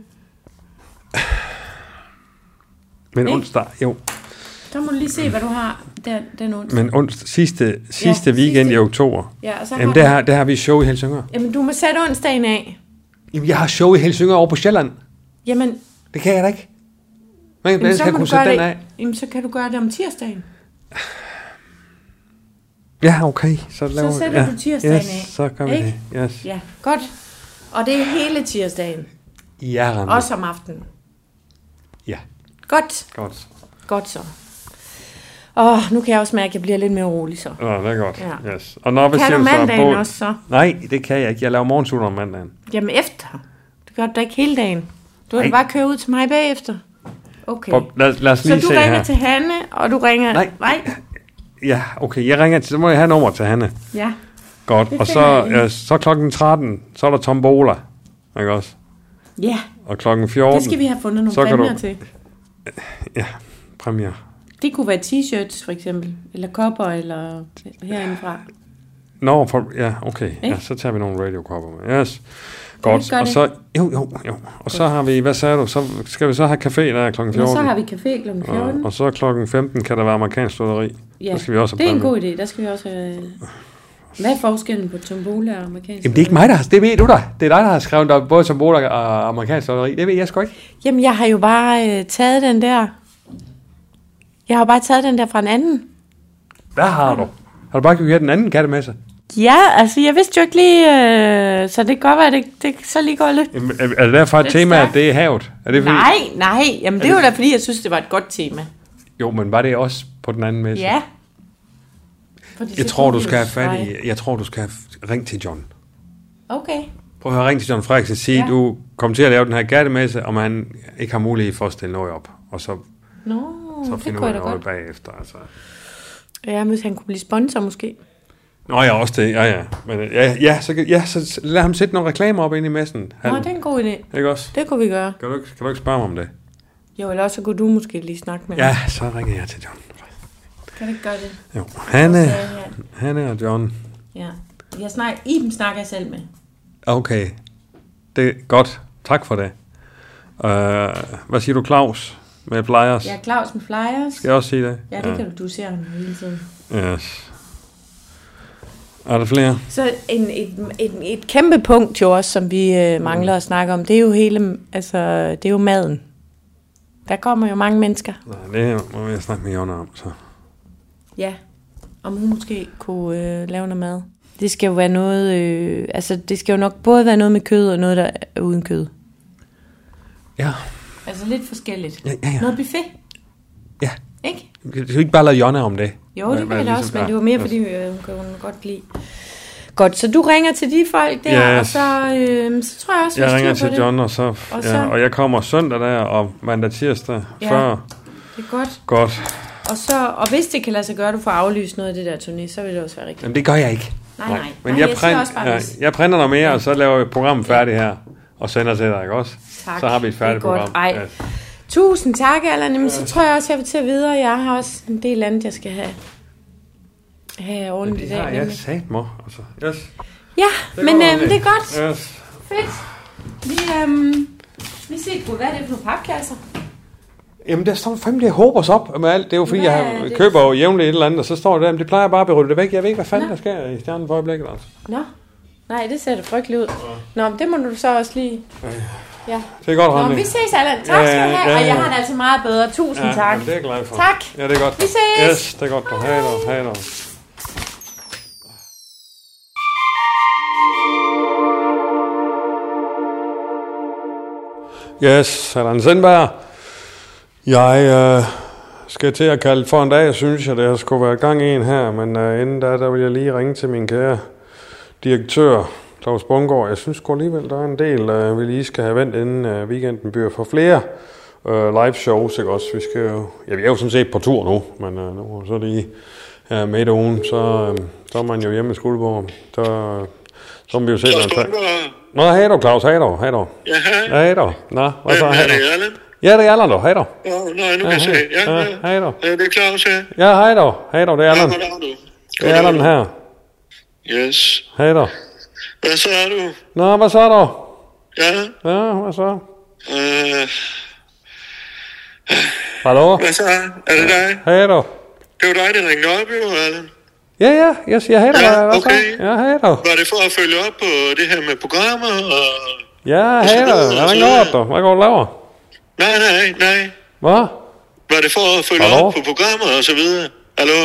Men onsdag, jo. Der må du lige se, hvad du har der, den onsdag. Men onsdag, sidste, sidste ja, weekend sidste. i oktober. Ja, og så Jamen, har der, har, der har vi show i Helsingør. Jamen, du må sætte onsdagen af. Jamen, jeg har show i Helsingør over på Sjælland. Jamen... Det kan jeg da ikke. Men jamen, så, kan må du du gøre det, af. Jamen, så kan du gøre det om tirsdagen. Ja, okay. Så, laver, så sætter ja. du tirsdagen yes, af. Så gør vi det. Yes. Ja, godt. Og det er hele tirsdagen. Ja, Randi. Også om aftenen. Ja. Godt. Godt. Godt så. Åh, oh, nu kan jeg også mærke, at jeg bliver lidt mere rolig så. Ja, det er godt. Ja. Yes. Og når vi kan siger, du mandagen så, også så? Nej, det kan jeg ikke. Jeg laver morgensutter om mandagen. Jamen efter. Det gør du da ikke hele dagen. Du kan bare køre ud til mig bagefter. Okay. Prøv, lad, lad os lige så du se ringer her. til Hanne, og du ringer... Nej. Nej. Ja, okay. Jeg ringer til... Så må jeg have nummer til Hanne. Ja. Godt. Og så, ja, så klokken tretten, så er der tombola. Ikke også? Ja. Og klokken fjorten... Det skal vi have fundet nogle præmier du... til. Ja, præmier. Det kunne være t-shirts, for eksempel. Eller kopper, eller herindefra. Nå, for, ja, okay. Ja, så tager vi nogle radiokopper med. Yes. Godt. Og så, jo, jo, jo. Og godt. Så har vi, hvad sagde du? Så skal vi så have café der klokken fjorten. Ja, så har vi café klokken fjorten. Og, og så klokken femten kan der være amerikansk lotteri. Ja, der skal vi også det er en god idé. Der skal vi også have... Hvad er forskellen på tombola og amerikansk? Jamen, det er ikke mig, der har... Det ved du da. Det er dig, der har skrevet der både tombola og amerikansk lotteri. Det ved jeg sgu ikke. Jamen, jeg har jo bare øh, taget den der... Jeg har bare taget den der fra en anden. Hvad har du? Har du bare kunnet have den anden katte med sig? Ja, altså, jeg vidste jo ikke lige... Øh, så det kan godt være, det, det så lige går lidt... Jamen, er, er det derfor et tema, at det er havet? Er det fordi... Nej, nej. Jamen, det er jo da, fordi jeg synes, det var et godt tema. Jo, men var det også på den anden messe? Ja. Jeg tror, du skal have fat i... Jeg tror, du skal have ring til John. Okay. Prøv at høre, ring til John Frederiksen og sige, ja. Du kommer til at lave den her gattemesse, og man ikke har mulighed for at stille noget op. Og så, Nå, så finder ud af noget bagefter. Altså. Ja, hvis han kunne blive sponsor måske. Nå ja, også det. Ja, ja. Men, ja, ja, så, ja, så lad ham sætte nogle reklamer op inde i messen. Han, Nå, det er en god idé. Ikke også? Det kunne vi gøre. Kan du, kan du ikke spørge mig om det? Jo, eller også kunne du måske lige snakke med Ja, ham. så ringer jeg til John. Kan du ikke gøre det? Jo, Hanne, Hanne og John. Ja, jeg snakker, Iben snakker jeg selv med. Okay, det er godt. Tak for det. Uh, hvad siger du, Claus med flyers? Ja, Claus med flyers. Skal jeg også sige det? Ja, det ja. Kan du, du ser ham hele tiden. Yes. Er der flere? Så en, et, et, et kæmpe punkt jo også, som vi øh, mangler mm. at snakke om, det er jo hele, altså, det er jo maden. Der kommer jo mange mennesker. Nej, det må jeg snakke med Jonna om, så. Ja, om hun måske kunne øh, lave noget mad. Det skal jo være noget, øh, altså det skal jo nok både være noget med kød og noget, der er uden kød. Ja. Altså lidt forskelligt. Ja, ja, ja. Noget buffet. Ja. Ikke? Du kan ikke bare lade Jonna om det. Jo, det kan jeg da også, men det var mere, fordi øh, hun kan hun godt lide. Godt, så du ringer til de folk der, yes. Og så, øh, så tror jeg også, jeg ringer til John, og så, og, så... Ja, og jeg kommer søndag der, og mandag tirsdag ja, før. Det er godt. Godt. Og, så, og hvis det kan lade sig gøre, du får aflyst noget af det der turné, så vil det også være rigtigt. Jamen, det gør jeg ikke. Nej, nej. Men nej, jeg, jeg, print, også bare, ja, jeg printer noget mere, og så laver jeg programmet færdigt her, og sender til dig, ikke også? Tak. Så har vi et færdigt program. Ej. Ja. Tusind tak, Allan. Jamen, så tror jeg også, jeg vil til at videre. Jeg har også en del andet, jeg skal have, have ordentligt i dag. Det har jeg sagt mig. Altså, yes. Ja, det men øhm, det er godt. Yes. Fedt. Vi, øhm, vi ser, hvad er det for nogle papkasser? Jamen, der står fandme, det håber os op med alt. Det er jo fordi, hvad jeg det? køber jo jævnligt et eller andet, og så står det der, det plejer bare at berydde det væk. Jeg ved ikke, hvad fanden Nå. der sker i Stjernen for øjeblikket, altså. Nå, nej, det ser da frygteligt ud. Ja. Nå, men det må du så også lige... Ja. Det er godt, Randi. Nå, vi ses, Allan. Tak skal du have, ja, ja, ja. Og jeg har det altså meget bedre. Tusind ja, tak. Jamen, det er jeg glad for. Tak. Ja, det er godt. Vi ses. Yes, det er godt. Hej då, hej då. Yes, Allan Sindberg. Jeg øh, skal til at kalde for en dag, synes jeg, der skulle være gang i en her. Men uh, inden da, der vil jeg lige ringe til min kære direktør, Claus Bundgaard. Jeg synes sgu alligevel, der er en del, uh, vi lige skal have vendt, inden uh, weekenden byder for flere uh, live shows, ikke også? Vi skal jo, ja, vi er jo sådan set på tur nu, men uh, nu så lige uh, midt ugen, så, uh, så er man jo hjemme i Skuldborg. Så, uh, så må vi jo se, Claus hvad Bundgaard. Nå, hej dog, Claus, hej dog, hej dog. Ja, hej. Hej dog. Nå, hvad så, Hvem hej er dog. det, Allan? Ja, det er Allan dog, hej dog. Ja, nej, nu kan jeg se. Ja, Ja, ja. hej dog. Ja, det er Claus her. Ja, hej dog, hej dog, det er Allan. Ja, goddag, du. Det er Allan her. Yes. Hej dog. Hvad så er du? Nå, hvad så dog? Ja. Ja, hvad så? Øh, Hallo? hvad så? Er det dig? Hej dog. Det var dig, der ringede op, jo, Allan. Ja, ja, jeg siger hej dog. Ja, hvad så? okay. Ja, hej dog. Var det for at følge op på det her med programmer? Og... Ja, hej dog. Hvad er der dog? Hvad går du laver? Nej, nej, nej. Hvad? Var det for at følge Hallo? op på programmer og så videre? Hallo?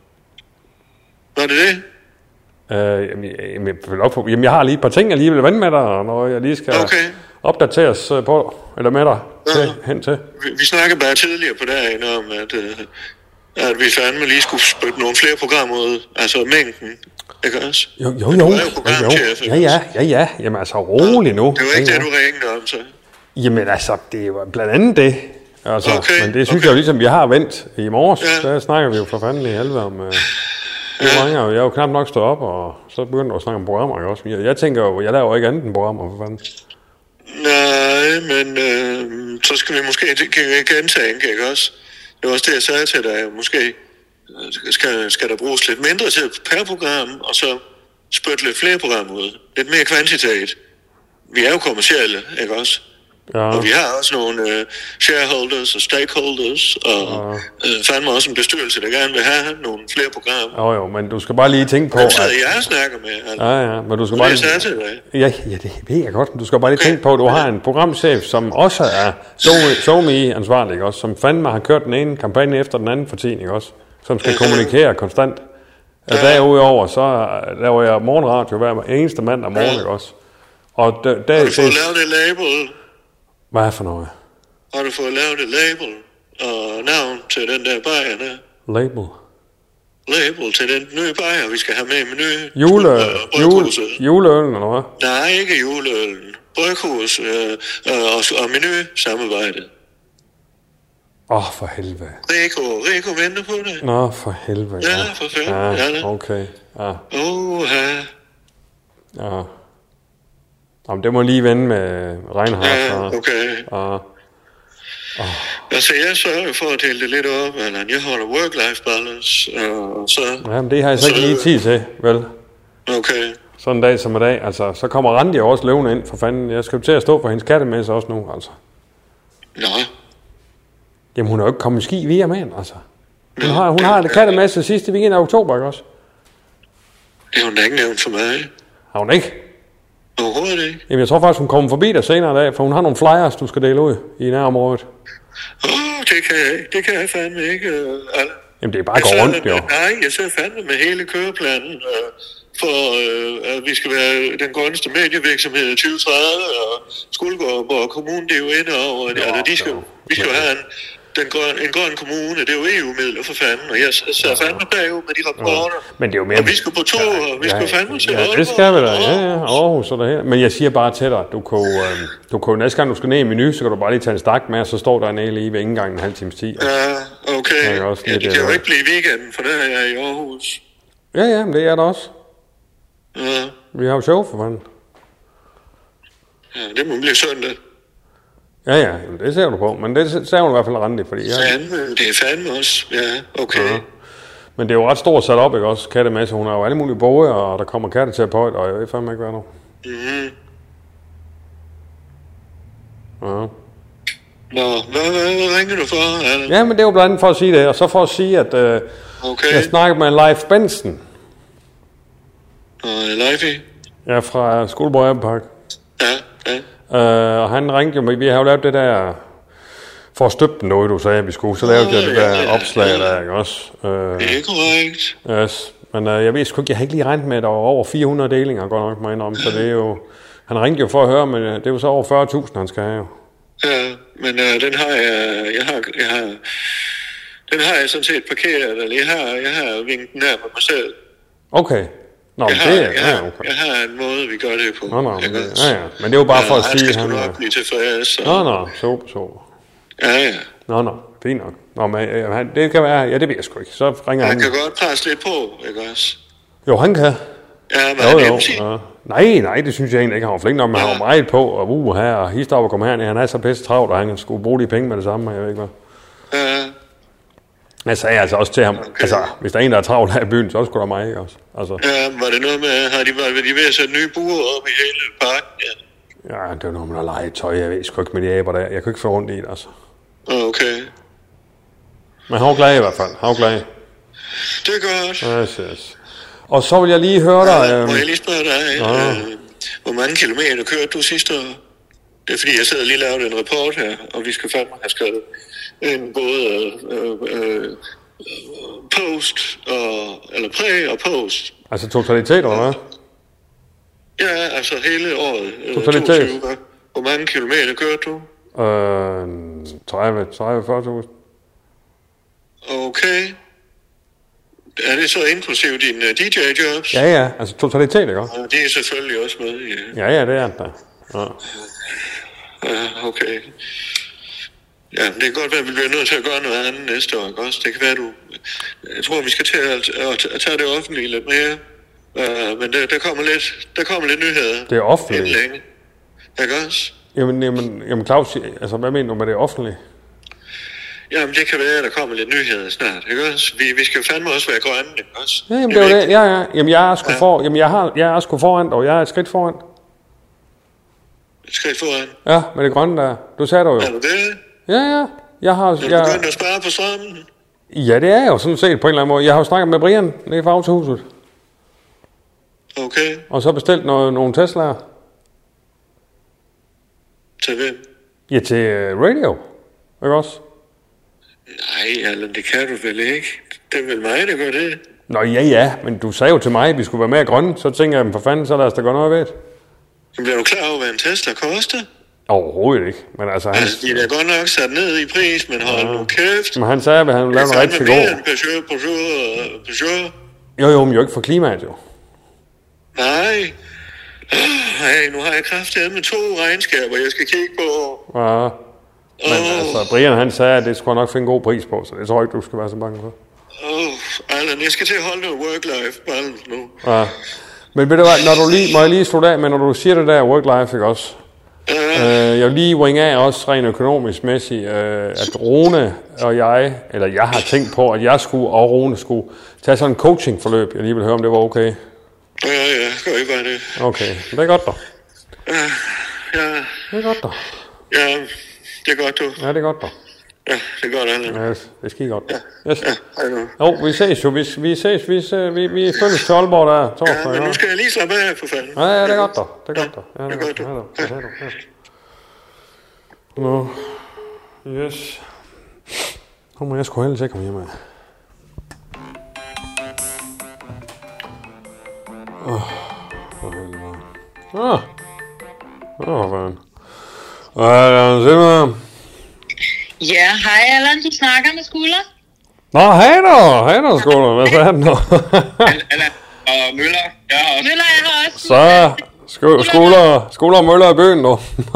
Var det det? Øh, jamen, jeg, jamen, jeg, følger op på. Jamen, jeg har lige et par ting, jeg lige vil vende med dig, og når jeg lige skal Okay. opdateres øh, på, eller med dig, til, hen til. Vi, vi snakkede bare tidligere på dagen om, at, øh, at vi fandme lige skulle spytte nogle flere programmer ud. Altså mængden, ikke også? Jo, jo, Du jo. er jo programchef, Ja, ja, ja, ja. Jamen, altså, rolig nu. Det var ikke Ja, det, ja. du ringede om, så. Jamen, altså, det var blandt andet det. Altså, Okay, men det synes okay. jeg jo ligesom, vi har vendt i morges. Ja. Der snakker vi jo for fanden i helvede om... Øh, ja. ringer, jeg er jo knap nok stået op, og så begyndte du at snakke om programmer, ikke også? Jeg, jeg tænker jo, jeg laver jo ikke andet end programmer, for fanden. Nej, men øh, så skal vi måske gentænke, ikke også? Det var også det, jeg sagde til dig. Måske øh, skal, skal der bruges lidt mindre tid per program, og så spytte lidt flere programmer ud. Lidt mere kvantitet. Vi er jo kommercielle, ikke også? Ja. Og vi har også nogle øh, shareholders og stakeholders, og ja. øh, fandme også en bestyrelse, der gerne vil have nogle flere programmer. Jo, jo, men du skal bare lige tænke på... Hvem sidder jeg og snakker med? Altså? Ja, ja, men du skal Det er bare det, jeg lige... sagde til dig. Ja, ja, det ved jeg godt, men du skal bare lige tænke på, at du har en programchef, som også er SoMe-ansvarlig, ikke også? Som fandme har kørt den ene kampagne efter den anden for tiden, ikke også? Som skal kommunikere konstant. Altså, derudover, så laver jeg morgenradio hver eneste mand om morgen, ikke også? Og der, der, Har du fået lavet et label? Hvad er for noget? Har du fået lavet et label og navn til den der bajer der? Label? Label til den nye bajer, vi skal have med i menu. Jule, Øh, jule, bryghuset. juleølen, eller hvad? Nej, ikke juleølen. Bryghus øh, og, og menu samarbejdet. Åh, oh, for helvede. Rico, Rico venter på det. Nå, for helvede. Ja, for fanden. Ja, Ja, da. okay. Ja, Oha. ja. Jamen, det må lige vende med Reinhardt. Ja, okay. Ja. Altså, jeg sørger for at dele det lidt op, Allan. Jeg holder work-life balance, og så... Jamen, det har jeg så ikke lige tid til, vel? Okay. Sådan en dag som i dag. Altså, så kommer Randi jo også løvende ind, for fanden. Jeg skal jo til at stå for hendes kattemesse også nu, altså. Nå. Jamen, hun er jo ikke kommet i ski via mand, altså. Hun har, hun har et kattemesse sidste weekend af oktober, ikke også? Det har hun da ikke nævnt for mig. Har hun ikke? Overhovedet ikke. Jamen, jeg tror faktisk, hun kommer forbi dig senere i dag, for hun har nogle flyers, du skal dele ud i nærområdet. Åh, oh, det kan jeg ikke. Det kan jeg fandme ikke, uh, Allan. Jamen, det er bare Jeg at gå sidder rundt, med- jo. Nej, jeg sidder fandme med hele køreplanen uh, for, uh, at vi skal være den grønneste medievirksomhed i tyve tredive, og Skuldborg Kommune, det er jo inde over. Nå, Altså, de skal, nå. vi skal jo have en, den grøn, en grøn kommune, det er jo E U-midler for fanden, og jeg sidder fandme bagud med de rapporter. Men det er jo mere... Og vi skal på tur, og vi skal fandme til Ja, det skal vi da. Ja, ja. Aarhus og det her. Men jeg siger bare til dig, du kunne, øh, du kunne næste gang, du skal ned i menu, så kan du bare lige tage en stak med, og så står der nede lige ved indgangen en halv times tid. Ja, okay. Jeg kan også Ja, lidt, det kan jo øh, ikke blive weekenden, for der er jeg i Aarhus. Ja, ja, men det er der også. Ja, Vi har jo show for fanden. ja det må blive søndag. Ja, ja, jamen, det ser du på. Men det ser hun i hvert fald Randi, fordi... Ja, Fandme, det er fandme også. Ja, okay. ja. Men det er jo ret stort sat op, ikke også? Kattemasse. Hun har jo alle mulige boge, og der kommer katteterapeut, og jeg ved fandme ikke, hvad nu. Mm-hmm. Ja. Nå, hvad, hvad, hvad ringer du for, Allan? Ja, men det er jo blandt andet for at sige det, og så for at sige, at øh, Okay. jeg snakkede med Leif Benson. Nå, Leifi? Ja, fra Skuldborg Airpark. Ja, ja. Uh, og han ringte jo, vi har jo lavet det der, for at støtte noget, du sagde, vi skulle, så lavede jeg det der opslag der, ikke også? Uh, Det er korrekt. yes. Men uh, jeg ved sgu ikke, jeg har ikke lige regnet med, at der var over fire hundrede delinger, godt nok mig indrømme, så det er jo, han ringte jo for at høre, men uh, det er jo så over fyrre tusind, han skal have jo. Ja, men uh, den har jeg, jeg har, jeg har, Den har jeg sådan set parkeret, eller jeg har, jeg har vinket den her med mig selv. Okay. Nå, jeg, men har, det er... jeg, har, Ja, okay. jeg har en måde, vi gør det på. Nå, nå, men, det, ja, ja. Men det er jo bare ja, for at sige, at han... han... Han skal nok blive tilfreds. Så... Nå, nå, super, super. Ja, ja. Nå, nå, fint nok. Nå, men øh, han, det kan være... Ja, det ved jeg sgu ikke. Så ringer han... Han kan godt presse lidt på, ikke også? Jo, han kan. Ja, men jo, han jo, M C. ja. Nej, nej, det synes jeg egentlig ikke. Han var flink nok, men ja. Han var meget på, og uh, her, og hister op og komme herned. Han er så pisse travlt, og han skulle bruge de penge med det samme, og jeg ved ikke hvad. Ja. Jeg sagde altså også til ham, okay. Altså, hvis der er en, der er travlt her i byen, så er det sgu da mig, ikke også? Altså. Ja, var det noget med, har de, var de ved at sætte nye buer op i hele parken? Ja, ja det var noget med at lege tøj, jeg ved sgu ikke med de aber der. Jeg kunne ikke få rundt i det, altså. Okay. Men han var glad i hvert fald, han var glad. Det er godt. Yes, yes. Og så vil jeg lige høre dig... Ja, øh... må jeg lige spørge dig, ja. øh, hvor mange kilometer kørte du sidste år? Det er fordi, jeg sidder lige og laver en rapport her, og vi skal fandme have skrevet en både øh, øh, post, og, eller præ og post. Altså totalitet, eller hvad? Ja, altså hele året. Øh, totalitet? toogtyve. Hvor mange kilometer kørte du? Øh, tredive til fyrre tusind. Okay. Er det så inklusive dine D J-jobs? Ja, ja, altså totalitet, ikke? Ja, det er selvfølgelig også med i... Ja, ja, det er det da. Ja. Ja, okay. Ja, det kan godt være, at vi bliver nødt til at gøre noget andet næste år, ikke også? Det kan være, du... Jeg tror, vi skal til at, at, at tage det offentlige lidt mere. Uh, men der, der, kommer lidt, der kommer lidt nyheder. Det er offentligt? Længe. Ikke også? Jamen, jamen, jamen Claus, altså hvad mener du med det offentlige? Jamen, det kan være, at der kommer lidt nyheder snart, ikke også? Vi, vi skal jo fandme også være grønne, ikke også? Ja, jamen, det er jo det. Ja, ja. Jamen, jeg er sgu, ja. for, jamen, jeg har, jeg er sgu foran, og jeg er et skridt foran. Et skridt foran? Ja, med det grønne der. Du sagde det jo. Er du det? Ja, ja. Jeg har... Er du jeg... begyndt at spare på strømmen? Ja, det er jeg jo sådan set på en eller anden måde. Jeg har jo snakket med Brian nede fra Autohuset. Okay. Og så bestilt noget, nogle Teslaer. Til hvem? Ja, til uh, radio. Ikke også? Nej, Allan, det kan du vel ikke. Det er vel mig, der gør det. Nå ja, ja, men du sagde jo til mig, at vi skulle være mere grønne. Så tænker jeg, for fanden, så lad os da gøre noget ved det. Men bliver du klar over, hvad en Tesla koster? Overhovedet ikke. Men altså, han... altså de er godt nok sat ned i pris, men hold ja. nu kæft. Men han sagde, at han ville lave noget rigtig god. Det er fandme Peugeot, Peugeot og Peugeot. Jo, jo, men jo ikke for klimaet, jo. Nej. Nej, nu har jeg kraftigt med to regnskaber, jeg skal kigge på. Ja. Men oh. altså, Brian han sagde, at det skulle nok finde en god pris på, så det tror jeg ikke, du skal være så bange for. Åh, oh, Allan, jeg skal til at holde noget work-life balance nu. Ja. Men ved du hvad, når du lige, må jeg lige slutte af, men når du siger det der work-life, ikke også? Ja. Øh, jeg vil lige ringe af også rent økonomisk mæssigt, øh, at Rune og jeg, eller jeg har tænkt på, at jeg skulle og Rune skulle tage sådan en coachingforløb. Jeg lige vil høre, om det var okay. Ja, ja, gør I bare det. Okay, det er godt da. Ja, ja. Det er godt da. Ja, det er godt, du. Ja, det er godt da. Ja, det er godt, Allan. Yes, det er skide godt. Ja, yes. ja, hej nu. Jo, vi ses jo. Vi, vi ses, vi, vi, vi følges til Aalborg der torsdag. Ja, men nu skal jeg lige slappe af, for fanden. Ja, ja, det er godt da. Det er godt da. Ja, det er godt, du. Ja, det er godt. Nå, yes. Nu må jeg sgu helst ikke komme hjem af. Åh, for helvede. Åh, åh, hvad? Allan, se mig. Ja, hej Allan, du snakker med Skulder. Nå, hej da, hej da, Skulder. Hvad så er det nu? Allan og Møller, jeg har også. Møller, jeg har også. Så, sk- Skulder, Skulder og Møller i byen nu.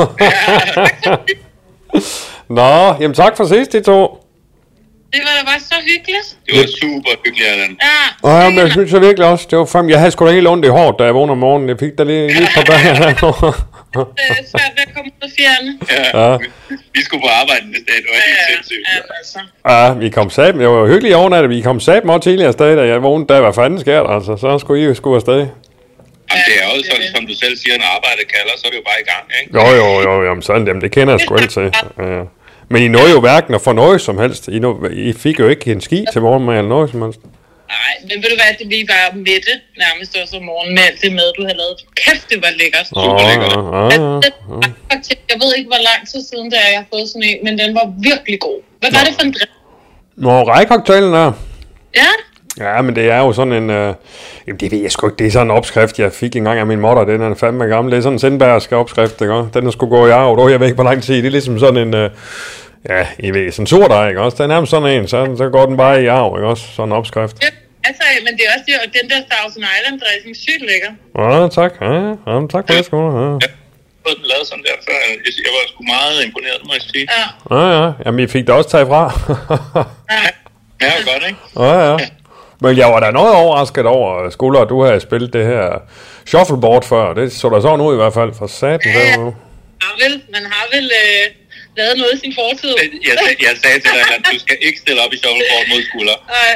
Nå, jamen tak for sidst, de to. Det var da bare så hyggeligt. Det var super hyggeligt, Allan. Ja. Ja, men jeg synes jeg virkelig også, det var frem. Jeg havde sgu da helt ondt i hårdt, da jeg vågnede om morgenen. Jeg fik da lige, lige et par dage. Det er svært ved at komme ud af fjerne. Ja, ja. Vi skulle på arbejde næste dag, det var helt ja, sindssygt. Ja, altså. Ja, vi kom sat, det var hyggeligt i overnattet. Vi kom sat meget tidligere afsted, da jeg vågnede, da hvad fanden sker der, altså. Så skulle I jo skulle afsted. Jamen, det er jo sådan, som du selv siger, når arbejdet kalder, så er det jo bare i gang, ikke? Jo, jo, jo, jamen sådan, jamen, det kender jeg sgu ikke til. Ja. Men I nåede jo hverken at få noget som helst. I, nå, I fik jo ikke en ski til morgen med eller noget som helst. Nej, men ved du hvad, det, vi var mætte nærmest også om morgenen med alt det mad, du havde lavet. Kæft, det var lækkert. Super lækkert. Ah, ah, ah. Jeg ved ikke, hvor lang tid siden, da jeg har fået sådan en, men den var virkelig god. Hvad var Nå. det for en drink? Nå, rejcocktails der. Ja? Ja, men det er jo sådan en... Øh, jamen, det ved jeg sgu ikke. Det er sådan en opskrift, jeg fik engang af min motter. Den er fandme gammel. Det er sådan en sindbærsk opskrift, ikke? Den er sgu gå i arv. Jeg ved ikke, hvor lang tid. Det er ligesom sådan en... Øh, Ja, I ved, sådan surdej, ikke også? Det er nærmest sådan en, så, så går den bare i arv, ikke også? Sådan en opskrift. Ja, altså, men det er også det, og den der Thousand Island dressing, sygt lækker. Ja, tak. Ja, ja, tak for det, sgu. Ja. Jeg har den lavet sådan der før. Jeg var sgu meget imponeret, må jeg sige. Ja. Ja, ja. Jamen, I fik det også taget fra. Ja, det var godt, ikke? Ja, ja. Men jeg var da noget overrasket over, Skuller, at du havde spillet det her shuffleboard før. Det så der sådan ud i hvert fald for satan. Ja, ja. Ja, vel, man har vel øh, lavet noget i sin fortid. Jeg, sag, jeg sagde til dig, at du skal ikke stille op i shuffleboard mod Skuller. Nej.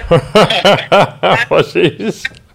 Præcis.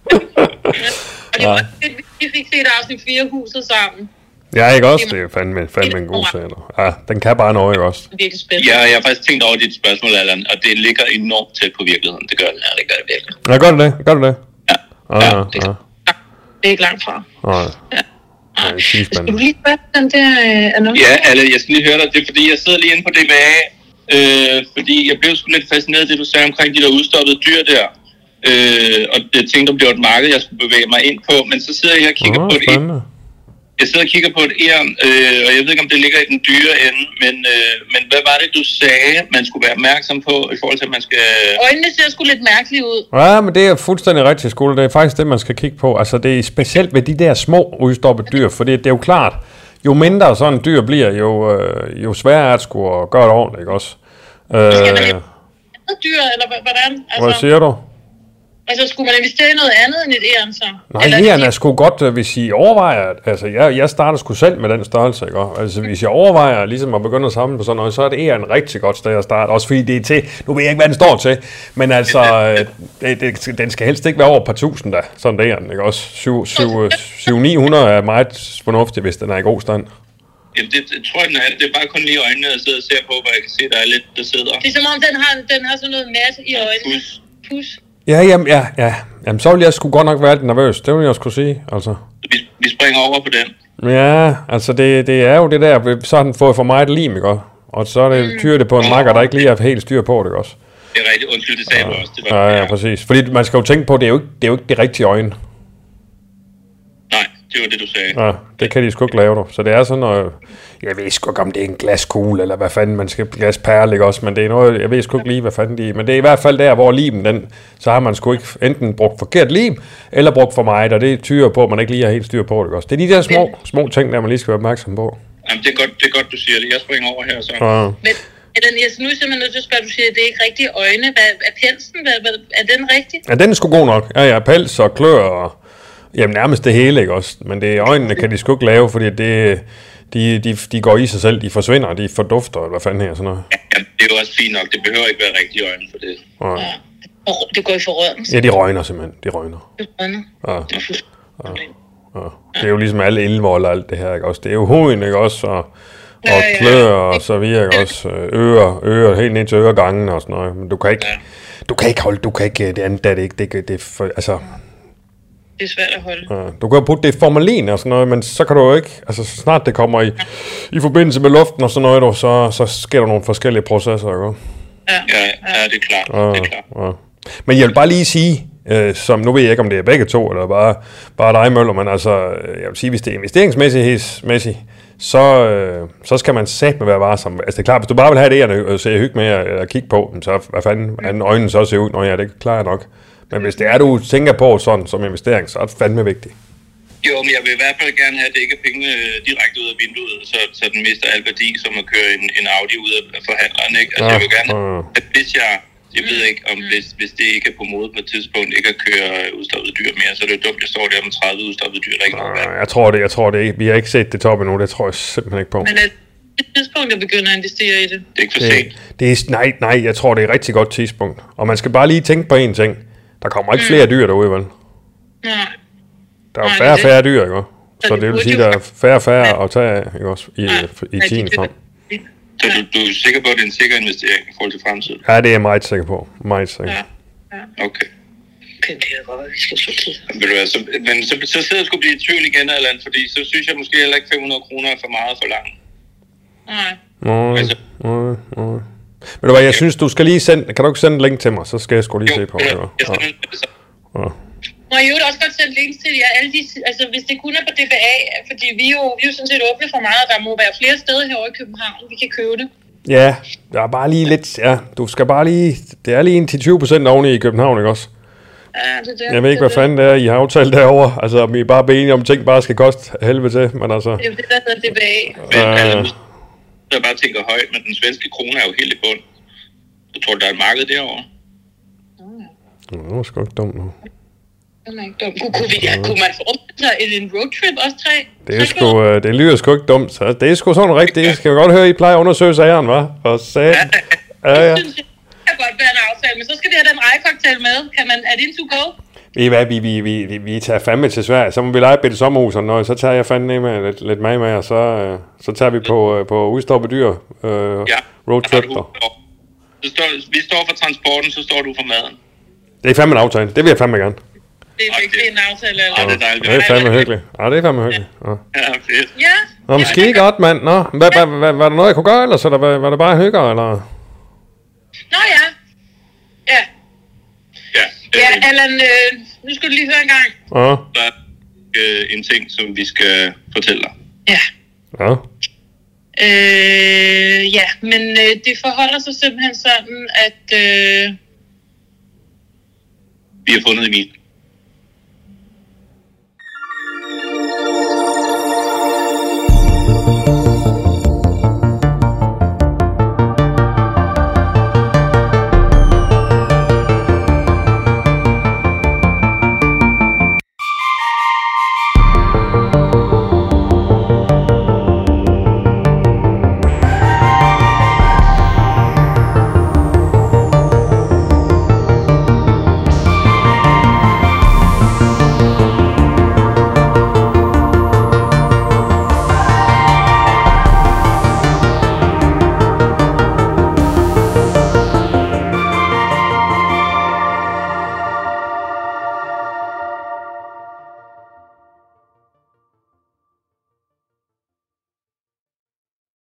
Og det var fedt, vi fik set afsnit fire huset sammen. Ja, ikke også? Det er fandme, fandme en god serie. Ja, den kan bare noget, ikke også? Virkelig spændende. Ja, jeg har faktisk tænkt over dit spørgsmål, Allan, og det ligger enormt tæt på virkeligheden. Det gør den her, det gør det virkelig. Ja, gør det det? Gør det det? Ja. Ah, ja, det, ja. Det er ikke langt fra. Nej. Ja. Ja, det er Skal spændende. du lige spørge den der øh, annonce? Ja, Allan, jeg skal lige høre dig. Det er fordi, jeg sidder lige inde på D B A, øh, fordi jeg blev sgu lidt fascineret af det, du sagde omkring de der udstoppede dyr der. Øh, og jeg tænkte, om det var et marked, jeg skulle bevæge mig ind på, men så sidder jeg og kigger oh, på det. Jeg sidder og kigger på et æren, øh, og jeg ved ikke, om det ligger i den dyre ende, men, øh, men hvad var det, du sagde, man skulle være opmærksom på, i forhold til, at man skal... Øjnene ser sgu lidt mærkelige ud. Ja, men det er fuldstændig rigtigt, Skole. Det er faktisk det, man skal kigge på. Altså, det er specielt ved de der små udstoppede dyr, for det er jo klart, jo mindre sådan en dyr bliver, jo, øh, jo sværere er det sgu at gøre det ordentligt, ikke også? Øh, Skal man have andet dyr, eller hvordan? Altså, hvad siger du? Altså, skulle man investere i noget andet end et æren, så? Nej, æren er sgu godt, hvis I overvejer, altså jeg, jeg starter sgu selv med den størrelse, ikke? Altså hvis jeg overvejer ligesom at begynde at samle på sådan noget, så er det æren rigtig godt sted at starte, også fordi det er til, nu ved jeg ikke, hvad den står til, men altså, det, det, den skal helst ikke være over et par tusind da, sådan det æren, ikke også? syv ni hundrede er meget fornuftigt, hvis den er i god stand. Jamen, det, det tror jeg, den er. Det er bare kun lige øjnene, jeg sidder og ser på, hvor jeg kan se, der er lidt, der sidder. Det er som om, den har, den har sådan noget mat i øjnene. Pus. Pus. Ja, jamen, ja, ja. Jamen, så vil jeg sgu godt nok være lidt nervøs. Det vil jeg skulle sige, altså. Vi, vi springer over på den. Ja, altså, det, det er jo det der, så har den fået for meget lim, ikke også? Og så er det mm. tyrer det på en makker, der ikke lige er helt styr på det, ikke også? Det er rigtigt. Undskyld, det sagde ja. du også. Det var, ja, ja, præcis. Fordi man skal jo tænke på, det er jo ikke det, er jo ikke det rigtige øjne. Nej, det var det, du sagde. Ja, det kan de sgu ikke lave, du. Så det er sådan noget... Jeg ved sgu ikke, om det er en glaskugle, eller hvad fanden man skal glasperle, ikke også? Men det er noget... Jeg ved sgu ikke lige, hvad fanden de... Men det er i hvert fald der, hvor limen, den... Så har man sgu ikke enten brugt forkert lim, eller brugt for meget, og det tyder på, at man ikke lige har helt styr på det, ikke også? Det er de der små, små ting, der man lige skal være opmærksom på. Jamen, det er godt, det er godt du siger det. Jeg springer over her, så. Ja. Men Ellen, jeg er nu simpelthen nødt til at spørge, du siger, at det er ikke rigtige øjne. Hvad, er pelsen, hvad, hvad, er den rigtig? Ja, den er sgu god nok. Ja, ja, pels og klør og... Jamen nærmest det hele, ikke også? Men det øjnene kan de sgu ikke lave, fordi det, de, de, de går i sig selv, de forsvinder, de fordufter, eller hvad fanden her, sådan noget. Ja, det er jo også fint nok. Det behøver ikke være rigtige øjne for det. Ja. Ja. Og det går i forrøden. Ja, de røgner simpelthen. De røgner. Det røgner. Ja. Ja. Ja. Det er jo ligesom alle elvold og alt det her, ikke også? Det er jo huden, ikke også? Og, og klør og så videre, ikke også? Ører, ører, helt ned til øregangen og sådan noget. Men du kan ikke, du kan ikke holde, du kan ikke, det andet der, det ikke, det, det, for, altså... Det er svært at holde. Ja, du kan jo putte det i formalin og sådan noget, men så kan du jo ikke, altså så snart det kommer i, i forbindelse med luften og sådan noget, du, så, så sker der nogle forskellige processer, ikke? Ja, ja, ja, det er klart. Ja, det er klart. Ja. Men jeg vil bare lige sige, øh, som nu ved jeg ikke, om det er begge to, eller bare, bare dig, Møller, men altså, jeg vil sige, hvis det er investeringsmæssigt, så, øh, så skal man satme være varsom. Altså det er klart, hvis du bare vil have det og se hygge med at, at kigge på, så hvad fanden, hvordan øjnene så ser ud, når jeg det er klart nok. Men hvis det er, du tænker på sådan som investering, så er det fandme vigtigt. Jo, men jeg vil i hvert fald gerne have, at det ikke er penge direkte ud af vinduet, så, så den mister al værdi, som at køre en, en Audi ud af forhandleren, ikke? Altså, ja, jeg vil gerne have, at hvis jeg, jeg ved ikke, om hvis, hvis det ikke er på mode på et tidspunkt, ikke at køre udstoppede dyr mere, så er det jo dumt, jeg står der med tredive udstoppede dyr, der ikke er noget. Jeg tror det, jeg tror det ikke. Vi har ikke set det top endnu, det tror jeg simpelthen ikke på. Men er det et tidspunkt, jeg begynder at investere i det? Det er ikke for sent. Det, det er, nej, nej, jeg tror, det er et rigtig godt tidspunkt. Og man skal bare lige tænke på én ting. Der kommer ikke flere dyr derude, vel? Nej. Der er jo færre og færre dyr, ikke? Så det vil sige, at der er færre og færre at tage af, ikke også? I, i tiden frem. Så du, du er sikker på, at det er en sikker investering i forhold til fremtiden? Ja, det er jeg meget sikker på. Meget sikker. Ja. Ja. Okay. Okay, det er godt, at vi skal slå tid. Så, men så, så sidder jeg sgu blive i tvivl igen, eller andet, fordi så synes jeg måske heller ikke fem hundrede kroner er for meget for langt. Nej. Nej, altså. nej, nej. Men du hvad, jeg synes, du skal lige sende... Kan du ikke sende en link til mig, så skal jeg sgu lige jo, se på det. Jo, jeg sender det så. Ja. Må jeg jo også godt sende links til jer, alle de, altså hvis det kun er på D B A, fordi vi er jo, vi er jo sådan set åbne for meget, og der må være flere steder herovre i København, vi kan købe det. Ja, der er bare lige lidt... Ja, du skal bare lige... Det er lige en til tyve procent oveni i København, ikke også? Ja, det er det. Jeg ved ikke, hvad fanden det er, I har aftalt derovre. Altså, om I er bare enige om, ting bare skal koste helvede til, men altså... Det er jo det, der hedder tilbage. Men altså, jeg bare tænker højt, men den svenske krone er jo helt i bund. Du tror, der er et marked derovre? Det var sgu ikke dumt nu. Den er ikke dum. Kunne, kunne, vi, ja, kunne man forestille sig en, en roadtrip også tre? Det er sgu, øh, det lyder sgu ikke dumt. Så det er sgu sådan rigtigt. Det skal jeg godt høre, I plejer at undersøge sageren, hva'? Og sagde... Ja, ja. Det synes jeg kan godt være en aftale, men så skal vi have den rejekoktail med. Kan man, er det en to-go? Ved I hvad, vi, vi, vi, vi, vi tager fandme til Sverige. Så må vi lege bitte sommerhus, og når, så tager jeg fandme med lidt, lidt mad med, og så, øh, så tager vi på, øh, på udstoppet dyr øh, Ja. roadtrip. Der. Så står, vi står for transporten, så står du for maden. Det er fandme en aftale. Det vil jeg fandme gerne. Det er ikke en aftale, eller? Ja, det er dejligt. Det er fandme hyggeligt. Ja, det er fandme hyggeligt. Ja. Ja, fedt. Ja. Nå, men skide godt, mand. Nå, hvad, hvad, hvad, var der noget, jeg kunne gøre, eller så der, var, var det bare hygger, eller? Nå ja. Ja. Ja, Ja, Allan, øh, nu skal du lige høre en gang. Ja. der er øh, en ting, som vi skal fortælle dig. Ja. Ja. Øh, ja, men øh, det forholder sig simpelthen sådan, at... Øh, Vi har fundet Emil.